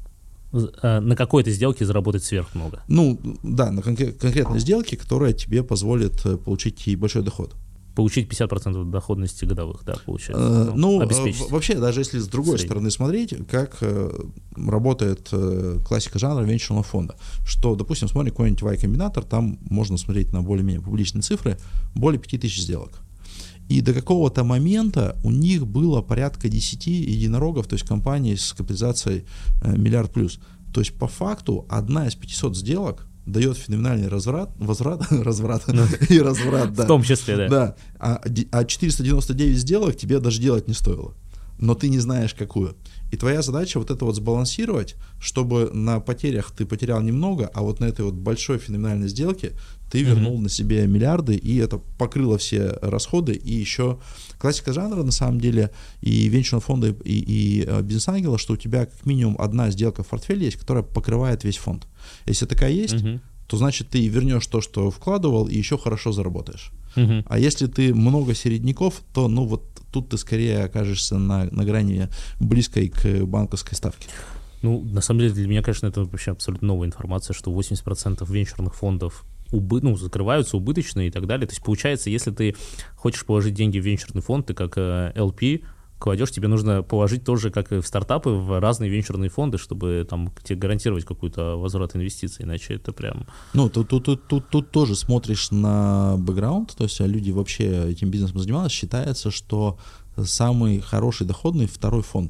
На какой-то сделке заработать сверхмного? Ну, да, на конкрет, конкретной сделке, которая тебе позволит получить и большой доход. Получить пятьдесят процентов доходности годовых, да, получается. Uh, ну, обеспечить. Вообще, даже если с другой Средний. стороны смотреть, как э, работает э, классика жанра венчурного фонда, что, допустим, смотрим какой-нибудь Y-комбинатор, там можно смотреть на более-менее публичные цифры, более пяти тысяч сделок. И до какого-то момента у них было порядка десяти единорогов, то есть компаний с капитализацией э, миллиард плюс. То есть, по факту, одна из пятисот сделок дает феноменальный разврат, возврат, разврат ну, и разврат, да. В том числе, да. Да, а, а четыреста девяносто девять сделок тебе даже делать не стоило, но ты не знаешь, какую. И твоя задача вот это вот сбалансировать, чтобы на потерях ты потерял немного, а вот на этой вот большой феноменальной сделке ты вернул mm-hmm. на себе миллиарды, и это покрыло все расходы. И еще классика жанра, на самом деле, и венчурного фонда, и, и, и бизнес-ангела, что у тебя как минимум одна сделка в портфеле есть, которая покрывает весь фонд. Если такая есть, mm-hmm. то значит ты вернешь то, что вкладывал, и еще хорошо заработаешь. Mm-hmm. А если ты много середняков, то ну вот тут ты скорее окажешься на, на грани близкой к банковской ставке. Ну, на самом деле, для меня, конечно, это вообще абсолютно новая информация, что восемьдесят процентов венчурных фондов убы, ну, закрываются убыточные и так далее. То есть, получается, если ты хочешь положить деньги в венчурный фонд, ты как эл пи кладешь, тебе нужно положить тоже, как и в стартапы, в разные венчурные фонды, чтобы там тебе гарантировать какой-то возврат инвестиций, иначе это прям... Ну, тут, тут, тут, тут, тут тоже смотришь на бэкграунд, то есть люди вообще этим бизнесом занимались, считается, что самый хороший доходный второй фонд.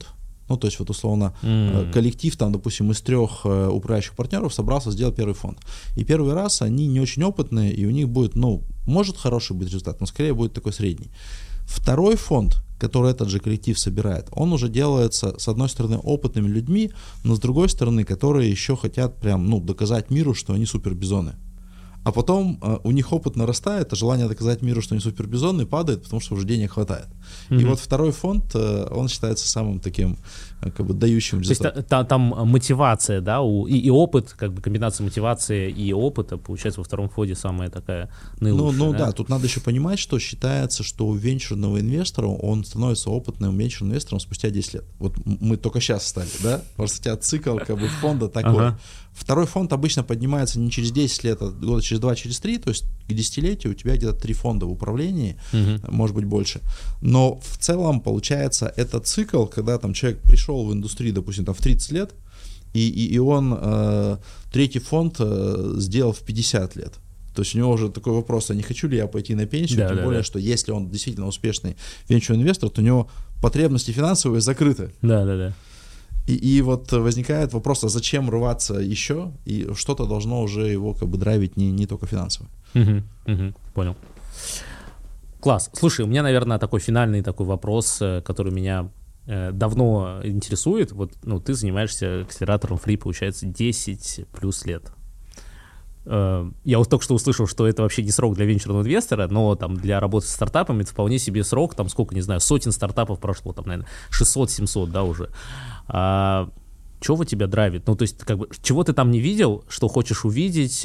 Ну, то есть, вот условно, mm-hmm. коллектив, там, допустим, из трех управляющих партнеров собрался сделать первый фонд. И первый раз они не очень опытные, и у них будет, ну, может хороший быть результат, но скорее будет такой средний. Второй фонд, который этот же коллектив собирает, он уже делается, с одной стороны, опытными людьми, но с другой стороны, которые еще хотят прям, ну, доказать миру, что они супербизоны. А потом э, у них опыт нарастает, а желание доказать миру, что они супербизоны, падает, потому что уже денег хватает. Mm-hmm. И вот второй фонд, э, он считается самым таким, э, как бы, дающим результат. То есть та, там мотивация, да, у, и, и опыт, как бы комбинация мотивации и опыта, получается, во втором фонде самая такая наилучшая. Ну, ну да? да, тут надо еще понимать, что считается, что у венчурного инвестора он становится опытным венчурным инвестором спустя десять лет. Вот мы только сейчас стали, да? Просто у тебя цикл, как бы, фонда такой. Ага. Второй фонд обычно поднимается не через десять лет, а года через два, через три, то есть к десятилетию у тебя где-то три фонда в управлении, uh-huh. может быть больше. Но в целом получается это цикл, когда там человек пришел в индустрию, допустим, там в тридцать лет, и, и, и он э, третий фонд э, сделал в пятьдесят лет. То есть у него уже такой вопрос, а не хочу ли я пойти на пенсию, да, тем да, более, да. что если он действительно успешный венчурный инвестор, то у него потребности финансовые закрыты. Да, да, да. И, и вот возникает вопрос, а зачем рваться еще, и что-то должно уже его как бы драйвить не, не только финансово. Угу, угу, понял. Класс. Слушай, у меня, наверное, такой финальный такой вопрос, который меня э, давно интересует. Вот, ну, ты занимаешься акселератором Free, получается, десять плюс лет. Э, я вот только что услышал, что это вообще не срок для венчурного инвестора, но там для работы с стартапами это вполне себе срок, там сколько, не знаю, сотен стартапов прошло, там, наверное, шестьсот-семьсот, да, уже. А, чего тебя драйвит? Ну, то есть, как бы, чего ты там не видел, что хочешь увидеть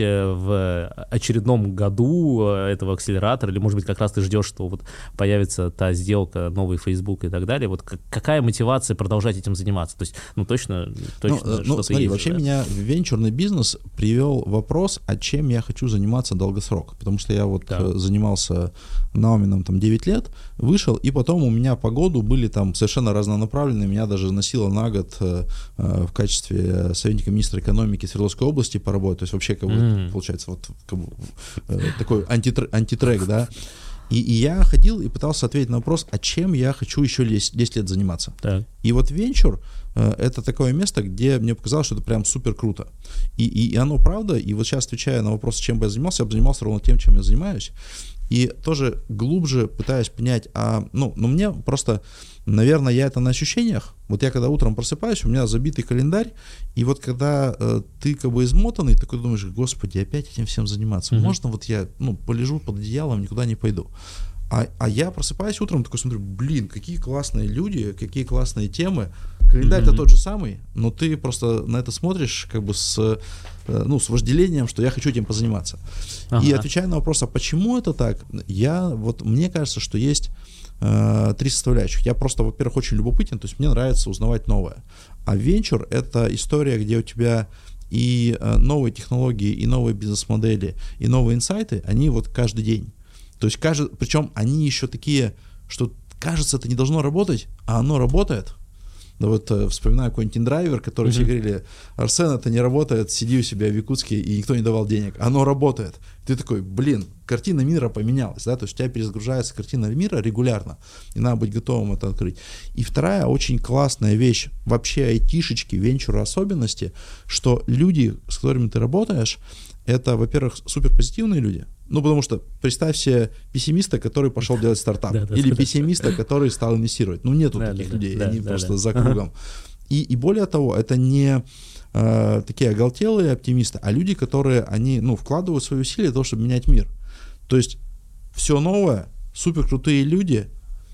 в очередном году этого акселератора, или, может быть, как раз ты ждешь, что вот появится та сделка, новый Facebook и так далее. Вот какая мотивация продолжать этим заниматься? То есть, ну, точно, точно ну, что-то ну, смотри, есть, вообще да? меня в венчурный бизнес привел вопрос, а чем я хочу заниматься долгосрок. Потому что я вот да. занимался Наумином там девять лет, вышел, и потом у меня по году были там совершенно разнонаправленные, меня даже носило на год э, в качестве советника министра экономики Свердловской области поработать, то есть вообще как бы mm. получается вот как бы, э, такой антитрек, антитрек, да, и, и я ходил и пытался ответить на вопрос, а чем я хочу еще десять лет заниматься. Так. И вот венчур э, это такое место, где мне показалось, что это прям супер круто, и, и, и оно правда, и вот сейчас отвечая на вопрос, чем бы я занимался, я бы занимался ровно тем, чем я занимаюсь. И тоже глубже пытаюсь понять, а, ну, ну, мне просто, наверное, я это на ощущениях. Вот я когда утром просыпаюсь, у меня забитый календарь, и вот когда э, ты как бы измотанный, такой думаешь, господи, опять этим всем заниматься. Mm-hmm. Можно вот я, ну, полежу под одеялом, никуда не пойду. А, а я просыпаюсь утром, такой смотрю, блин, какие классные люди, какие классные темы. Календарь-то mm-hmm. тот же самый, но ты просто на это смотришь как бы с, ну, с вожделением, что я хочу этим позаниматься. Ага. И отвечая на вопрос, а почему это так, я, вот мне кажется, что есть э, три составляющих. Я просто, во-первых, очень любопытен, то есть мне нравится узнавать новое. А венчур — это история, где у тебя и э, новые технологии, и новые бизнес-модели, и новые инсайты, они вот каждый день. То есть, каждый, причем они еще такие, что кажется, это не должно работать, а оно работает. Да вот э, вспоминаю какой-нибудь индрайвер, который mm-hmm. все говорили, Арсен, это не работает, сиди у себя в Якутске, и никто не давал денег. Оно работает. Ты такой, блин, картина мира поменялась, да, то есть у тебя перезагружается картина мира регулярно, и надо быть готовым это открыть. И вторая очень классная вещь, вообще айтишечки, венчура особенности, что люди, с которыми ты работаешь, это, во-первых, суперпозитивные люди. Ну, потому что представь себе пессимиста, который пошел делать стартап, да, да, или да, пессимиста, который стал инвестировать. Ну, нету да, таких да, людей, да, они да, просто да. за кругом. И, и более того, это не э, такие оголтелые оптимисты, а люди, которые, они, ну, вкладывают свои усилия для того, чтобы менять мир. То есть все новое, суперкрутые люди,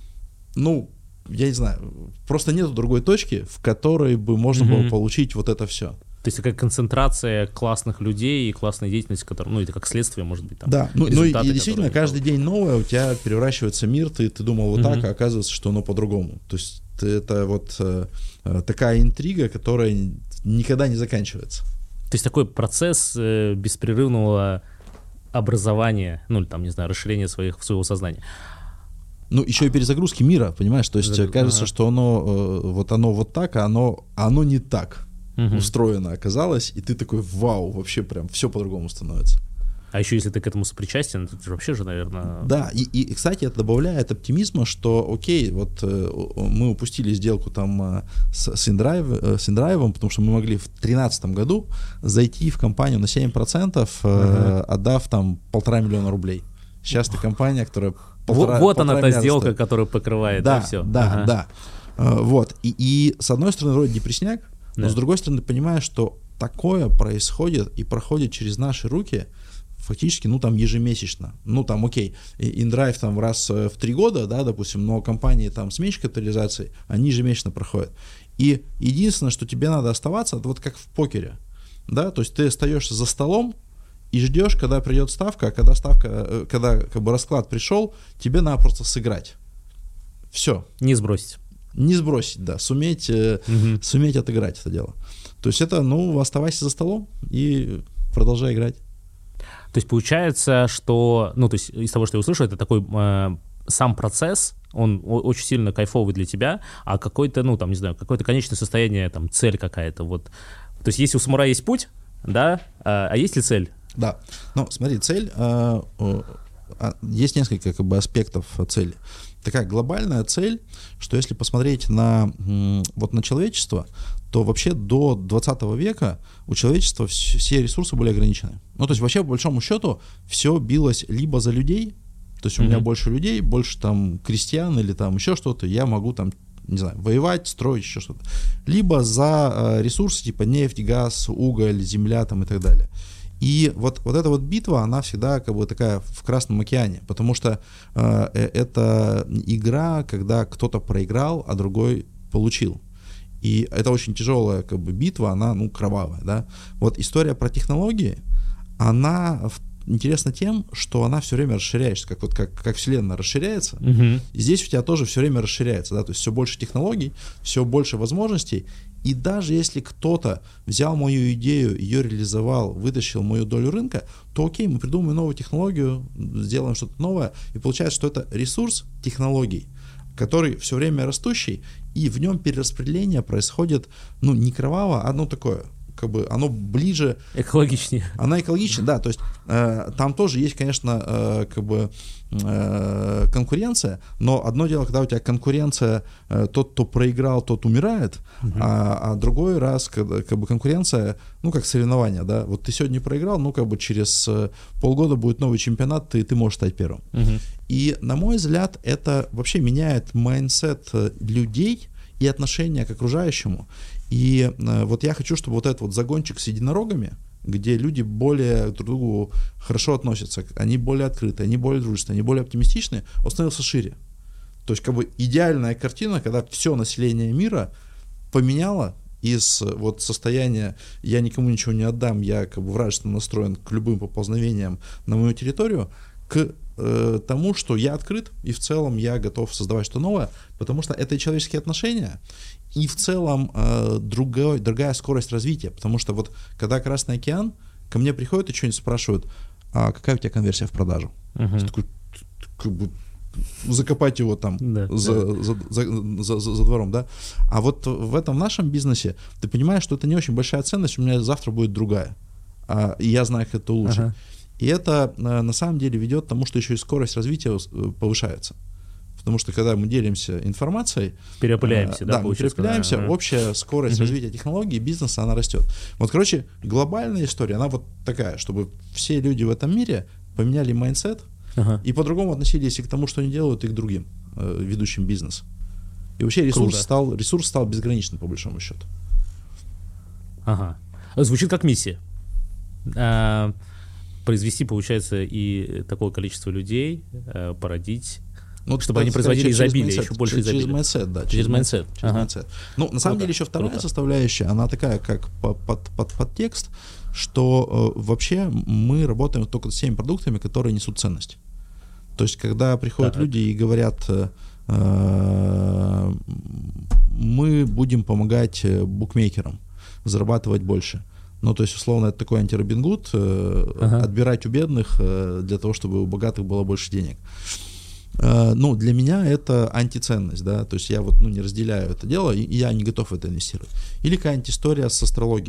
ну, я не знаю, просто нету другой точки, в которой бы можно mm-hmm. было получить вот это все. То есть такая концентрация классных людей и классной деятельности, которая, ну, это как следствие, может быть, там. Да, ну, ну и, и действительно, каждый день новое, у тебя переворачивается мир, ты, ты думал вот mm-hmm. так, а оказывается, что оно по-другому. То есть это вот э, такая интрига, которая никогда не заканчивается. То есть такой процесс э, беспрерывного образования, ну, или там, не знаю, расширения своих, своего сознания. Ну, еще и перезагрузки мира, понимаешь? То есть Загруз... кажется, ага. что оно, э, вот оно вот так, а оно, а оно не так. Угу. Устроено оказалось, и ты такой, вау, вообще прям все по-другому становится. А еще если ты к этому сопричастен, то ты вообще же, наверное... Да, и, и, кстати, это добавляет оптимизма, что, окей, вот э, мы упустили сделку там э, с, с, Indraive, э, с Indraive, потому что мы могли в две тысячи тринадцатом году зайти в компанию на семь процентов, э, uh-huh. отдав там полтора миллиона рублей. Сейчас это компания, которая... Полтора, вот она та сделка, стоит. Которая покрывает, да, да все. Да, ага. да. Э, вот, и, и с одной стороны вроде депресняк, но да. с другой стороны понимаешь, что такое происходит и проходит через наши руки фактически, ну, там, ежемесячно. Ну, там, окей, Indraive там раз в три года, да, допустим, но компании там с меньшей капитализацией, они ежемесячно проходят. И единственное, что тебе надо оставаться, это вот как в покере, да, то есть ты остаешься за столом и ждешь, когда придет ставка, а когда ставка, когда как бы расклад пришел, тебе надо просто сыграть. Все. Не сбросить. Не сбросить, да, суметь, угу. суметь отыграть это дело. То есть это, ну, оставайся за столом и продолжай играть. То есть получается, что, ну, то есть из того, что я услышал, это такой э, сам процесс, он очень сильно кайфовый для тебя, а какой-то, ну, там, не знаю, какое-то конечное состояние, там, цель какая-то, вот. То есть если у самурая есть путь, да, а, а есть ли цель? Да, ну, смотри, цель, э, э, есть несколько, как бы, аспектов цели. Такая глобальная цель, что если посмотреть на, вот, на человечество, то вообще до двадцатого века у человечества все ресурсы были ограничены. Ну, то есть вообще, по большому счету, все билось либо за людей, то есть у mm-hmm. меня больше людей, больше там крестьян или там еще что-то, я могу там, не знаю, воевать, строить, еще что-то. Либо за э, ресурсы типа нефть, газ, уголь, земля там и так далее. И вот, вот эта вот битва, она всегда как бы такая в Красном океане, потому что э, это игра, когда кто-то проиграл, а другой получил. И это очень тяжелая как бы битва, она, ну, кровавая, да. Вот история про технологии, она интересна тем, что она все время расширяется, как вот как, как вселенная расширяется, uh-huh. и здесь у тебя тоже все время расширяется, да, то есть все больше технологий, все больше возможностей, и даже если кто-то взял мою идею, ее реализовал, вытащил мою долю рынка, то окей, мы придумаем новую технологию, сделаем что-то новое, и получается, что это ресурс технологий, который все время растущий, и в нем перераспределение происходит, ну, не кроваво, а, ну, такое, как бы, оно ближе... Экологичнее. Она экологичнее, да, то есть э, там тоже есть, конечно, э, как бы э, конкуренция, но одно дело, когда у тебя конкуренция, э, тот, кто проиграл, тот умирает, угу. а, а другой раз, когда, как бы, конкуренция, ну, как соревнование, да, вот ты сегодня проиграл, ну, как бы через э, полгода будет новый чемпионат, ты, ты можешь стать первым. Угу. И, на мой взгляд, это вообще меняет майндсет людей и отношение к окружающему. И э, вот я хочу, чтобы вот этот вот загончик с единорогами, где люди более друг к другу хорошо относятся, они более открыты, они более дружественные, они более оптимистичны, он становился шире. То есть как бы идеальная картина, когда все население мира поменяло из вот состояния «я никому ничего не отдам, я как бы вражественно настроен к любым поползновениям на мою территорию», к э, тому, что я открыт, и в целом я готов создавать что-то новое, потому что это и человеческие отношения, и в целом э, другой, другая скорость развития, потому что вот когда Красный океан, ко мне приходят и что-нибудь спрашивают, а какая у тебя конверсия в продажу? Uh-huh. Такой, как бы, закопать его там да, за, да. За, за, за, за, за двором, да? А вот в этом нашем бизнесе ты понимаешь, что это не очень большая ценность, у меня завтра будет другая, а, и я знаю, как это улучшить. Uh-huh. И это на самом деле ведет к тому, что еще и скорость развития повышается. Потому что когда мы делимся информацией... Переопыляемся, э, да? Да, мы переопыляемся, да. Общая скорость uh-huh. развития технологий, бизнеса, она растет. Вот, короче, глобальная история, она вот такая, чтобы все люди в этом мире поменяли майндсет uh-huh. и по-другому относились и к тому, что они делают, и к другим, э, ведущим бизнес. И вообще ресурс стал, ресурс стал безграничным, по большому счету. Ага. Звучит как миссия. А... произвести, получается, и такое количество людей, э, породить, ну, чтобы они производили изобилие, еще больше изобилия. Через майндсет, да. Через майндсет. Ага. Ну, на самом Круто. деле, еще вторая Круто. составляющая, она такая, как под, под, под, подтекст, что э, вообще мы работаем только с теми продуктами, которые несут ценность. То есть, когда приходят так. люди и говорят, э, мы будем помогать букмекерам зарабатывать больше. Ну, то есть, условно, это такой анти-Робин Гуд, э, ага. отбирать у бедных э, для того, чтобы у богатых было больше денег. Э, ну, для меня это антиценность, да, то есть я вот, ну, не разделяю это дело, и, и я не готов в это инвестировать. Или какая-нибудь история с астрологией.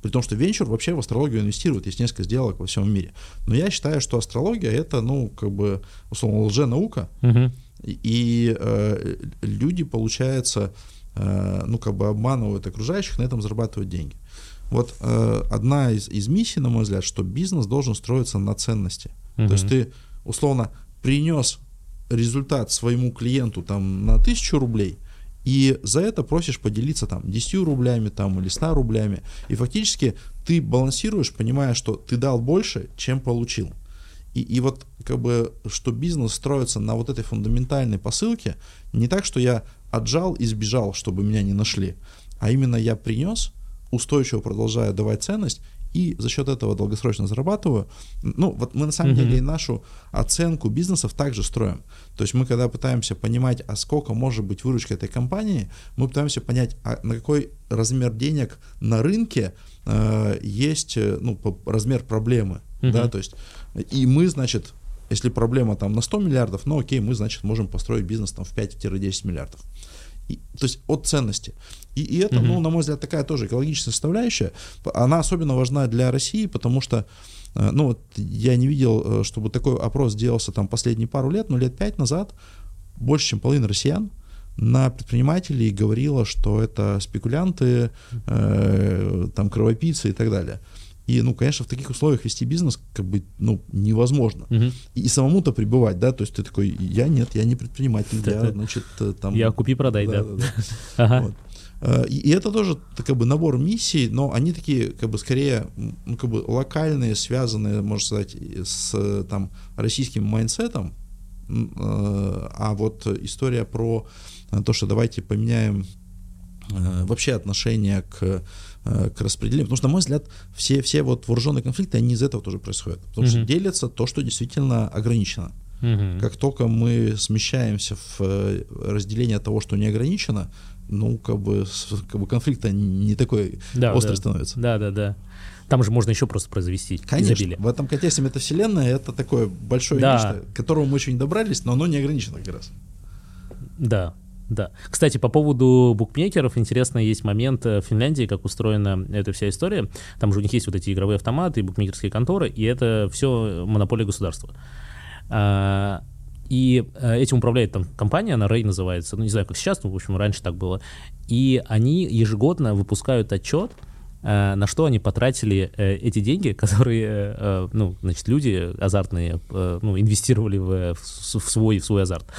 При том, что венчур вообще в астрологию инвестирует, есть несколько сделок во всем мире. Но я считаю, что астрология — это, ну, как бы, условно, лженаука, uh-huh. и, и э, люди, получается, э, ну, как бы обманывают окружающих, на этом зарабатывают деньги. Вот э, одна из, из миссий, на мой взгляд, что бизнес должен строиться на ценности. Uh-huh. То есть ты, условно, принес результат своему клиенту там на тысячу рублей, и за это просишь поделиться там десятью рублями там, или ста рублями. И фактически ты балансируешь, понимая, что ты дал больше, чем получил. И, и вот как бы, что бизнес строится на вот этой фундаментальной посылке, не так, что я отжал и сбежал, чтобы меня не нашли, а именно я принес, устойчиво продолжаю давать ценность, и за счет этого долгосрочно зарабатываю. Ну, вот мы на самом mm-hmm. деле и нашу оценку бизнесов также строим. То есть мы, когда пытаемся понимать, а сколько может быть выручка этой компании, мы пытаемся понять, а на какой размер денег на рынке э, есть, ну, размер проблемы. Mm-hmm. Да, то есть, и мы, значит, если проблема там на сто миллиардов, ну окей, мы, значит, можем построить бизнес там в пять-десять миллиардов. И, то есть от ценности. И, и это, mm-hmm. ну, на мой взгляд, такая тоже экологическая составляющая. Она особенно важна для России, потому что, ну, вот я не видел, чтобы такой опрос делался там последние пару лет, но лет пять назад больше, чем половина россиян на предпринимателей говорила, что это спекулянты, э, там, кровопийцы и так далее. И, ну, конечно, в таких условиях вести бизнес как бы, ну, невозможно. Угу. И, и самому-то пребывать, да, то есть ты такой, я нет, я не предприниматель, я, это, значит, там... Я купи-продай, да. да. да, да. Ага. Вот. И, и это тоже, как бы, набор миссий, но они такие, как бы, скорее, ну, как бы, локальные, связанные, можно сказать, с, там, российским майндсетом, а вот история про то, что давайте поменяем вообще отношение к к распределению, потому что, на мой взгляд, все, все вот вооруженные конфликты, они из этого тоже происходят, потому mm-hmm. что делится то, что действительно ограничено. Mm-hmm. Как только мы смещаемся в разделение того, что не ограничено, ну, как бы, как бы конфликт не такой да, острый да. становится. Да, да, да. Там же можно еще просто произвести Конечно, изобилие. В этом контексте метавселенная — это такое большое да. нечто, к которому мы еще не добрались, но оно не ограничено как раз. Да. Да. Кстати, по поводу букмекеров, интересно, есть момент в Финляндии, как устроена эта вся история. Там же у них есть вот эти игровые автоматы и букмекерские конторы, и это все монополия государства. И этим управляет там компания, она Рэй называется, ну не знаю, как сейчас, но в общем раньше так было. И они ежегодно выпускают отчет, на что они потратили эти деньги, которые, ну, значит, люди азартные, ну, инвестировали в, в свой, в свой азарт.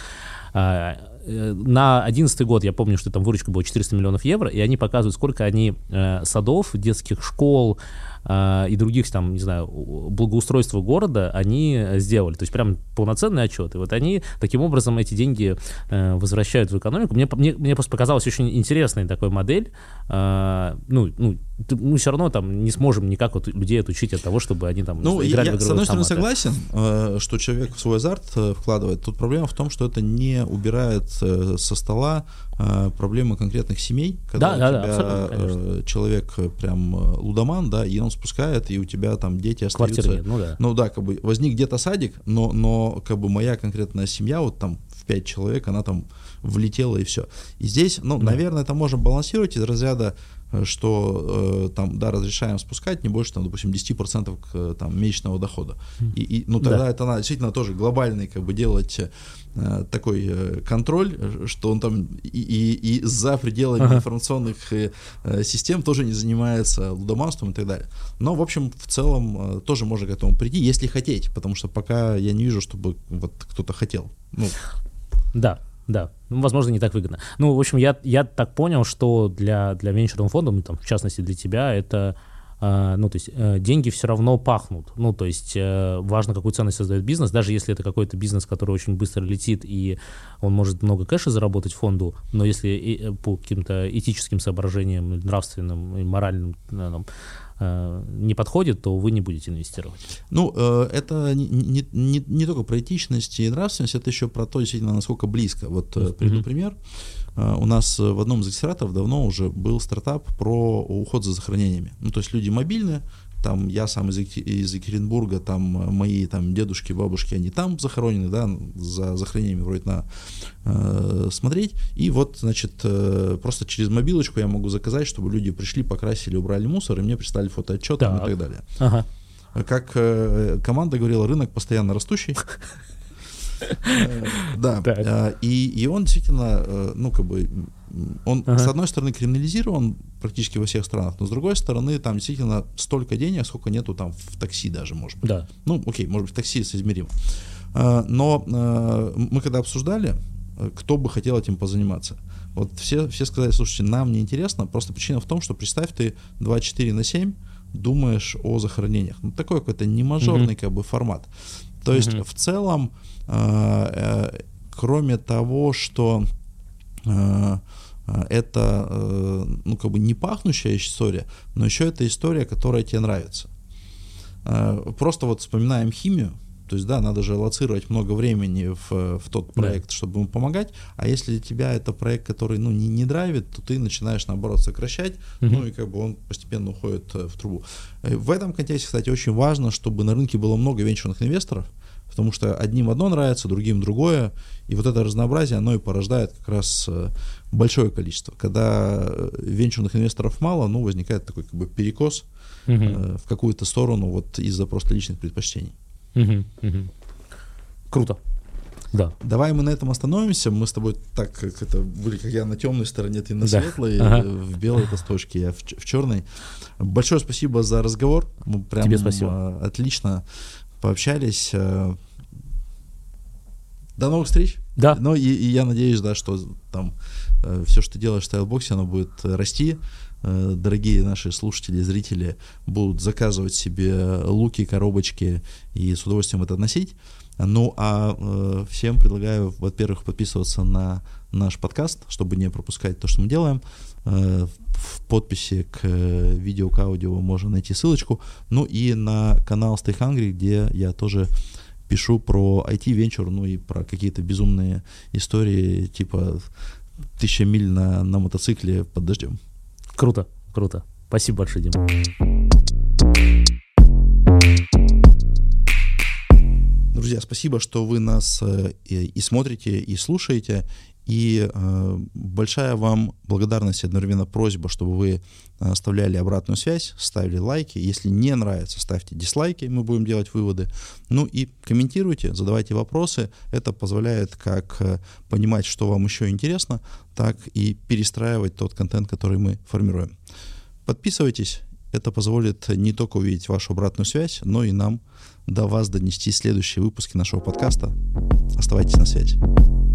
На одиннадцатый год, я помню, что там выручка была четыреста миллионов евро, и они показывают, сколько они э, садов, детских школ э, и других, там, не знаю, благоустройства города они сделали. То есть прям полноценный отчет. И вот они таким образом эти деньги э, возвращают в экономику. Мне, мне, мне просто показалась очень интересная такая модель. Э, ну, ну, мы все равно там не сможем никак вот людей отучить от того, чтобы они там ну, играли я, в игровые с одной автоматы. стороны, согласен, э, что человек в свой азарт э, вкладывает. Тут проблема в том, что это не убирает э, со стола э, проблемы конкретных семей, когда да, у да, тебя да, э, человек прям лудоман, да, и он спускает, и у тебя там дети остаются. Квартиры нет, ну да. Ну да, как бы возник где-то садик, но, но как бы моя конкретная семья, вот там в пять человек, она там влетела и все. И здесь, ну, да. наверное, это можно балансировать из разряда, что э, там, да, разрешаем спускать не больше, там, допустим, десять процентов к, там, месячного дохода. И, и, ну, тогда да. это надо действительно тоже глобальный, как бы, делать э, такой э, контроль, что он там и, и, и за пределами ага. информационных э, систем тоже не занимается лудоманством и так далее. Но, в общем, в целом э, тоже можно к этому прийти, если хотеть, потому что пока я не вижу, чтобы вот кто-то хотел. Ну. Да. Да, ну, возможно, не так выгодно. Ну, в общем, я, я так понял, что для, для венчурного фонда, ну, там, в частности, для тебя, это, э, ну, то есть, э, деньги все равно пахнут. Ну, то есть, э, важно, какую ценность создает бизнес, даже если это какой-то бизнес, который очень быстро летит, и он может много кэша заработать фонду, но если и, по каким-то этическим соображениям, нравственным и моральным, там, не подходит, то вы не будете инвестировать. Ну, это не, не, не, не только про этичность и нравственность, это еще про то, действительно, насколько близко. Вот mm-hmm. приведу пример. У нас в одном из акселераторов давно уже был стартап про уход за захоронениями. Ну, то есть люди мобильные, там я сам из, из Екатеринбурга, там мои там дедушки, бабушки, они там захоронены, да, за захоронениями вроде на э, смотреть, и вот, значит, э, просто через мобилочку я могу заказать, чтобы люди пришли, покрасили, убрали мусор, и мне прислали фотоотчет и так далее. Ага. Как э, команда говорила, рынок постоянно растущий. Да, и, и он действительно, ну, как бы, он, ага. с одной стороны, криминализирован практически во всех странах, но с другой стороны, там действительно столько денег, сколько нету там в такси даже, может быть. Да. Ну, окей, может быть, в такси соизмеримо. Но мы когда обсуждали, кто бы хотел этим позаниматься, вот все, все сказали, слушайте, нам не интересно, просто причина в том, что представь, ты двадцать четыре на семь думаешь о захоронениях. Ну, такой какой-то не мажорный, mm-hmm. как бы, формат. То есть, mm-hmm. в целом, э, э, кроме того, что э, это, э, ну, как бы, не пахнущая история, но еще это история, которая тебе нравится. Э, просто вот вспоминаем химию. То есть, да, надо же аллоцировать много времени в, в тот проект, да. чтобы ему помогать, а если для тебя это проект, который, ну, не, не драйвит, то ты начинаешь, наоборот, сокращать, uh-huh. ну, и как бы он постепенно уходит в трубу. В этом контексте, кстати, очень важно, чтобы на рынке было много венчурных инвесторов, потому что одним одно нравится, другим другое, и вот это разнообразие, оно и порождает как раз большое количество. Когда венчурных инвесторов мало, ну, возникает такой, как бы, перекос uh-huh. в какую-то сторону вот из-за просто личных предпочтений. Угу, угу. Круто. Да. Давай мы на этом остановимся. Мы с тобой так, как это были, как я на темной стороне, ты на да. светлой, ага. в белой пласточке, я в, в черной. Большое спасибо за разговор. Мы прям Тебе спасибо. Отлично пообщались. До новых встреч. Да. Ну и, и я надеюсь, да, что там все, что ты делаешь в Стайлбоксе, оно будет расти. Дорогие наши слушатели, зрители будут заказывать себе луки, коробочки и с удовольствием это носить. Ну, а э, всем предлагаю, во-первых, подписываться на наш подкаст, чтобы не пропускать то, что мы делаем. Э, в подписи к э, видео, к аудио можно найти ссылочку. Ну и на канал Stay Hungry, где я тоже пишу про ай ти-венчур, ну и про какие-то безумные истории, типа «Тысяча миль на, на мотоцикле под дождем». Круто, круто. Спасибо большое, Дима. Друзья, спасибо, что вы нас и, и смотрите, и слушаете. И э, большая вам благодарность и одновременно просьба, чтобы вы оставляли обратную связь, ставили лайки. Если не нравится, ставьте дизлайки, мы будем делать выводы. Ну и комментируйте, задавайте вопросы. Это позволяет как понимать, что вам еще интересно, так и перестраивать тот контент, который мы формируем. Подписывайтесь, это позволит не только увидеть вашу обратную связь, но и нам до вас донести следующие выпуски нашего подкаста. Оставайтесь на связи.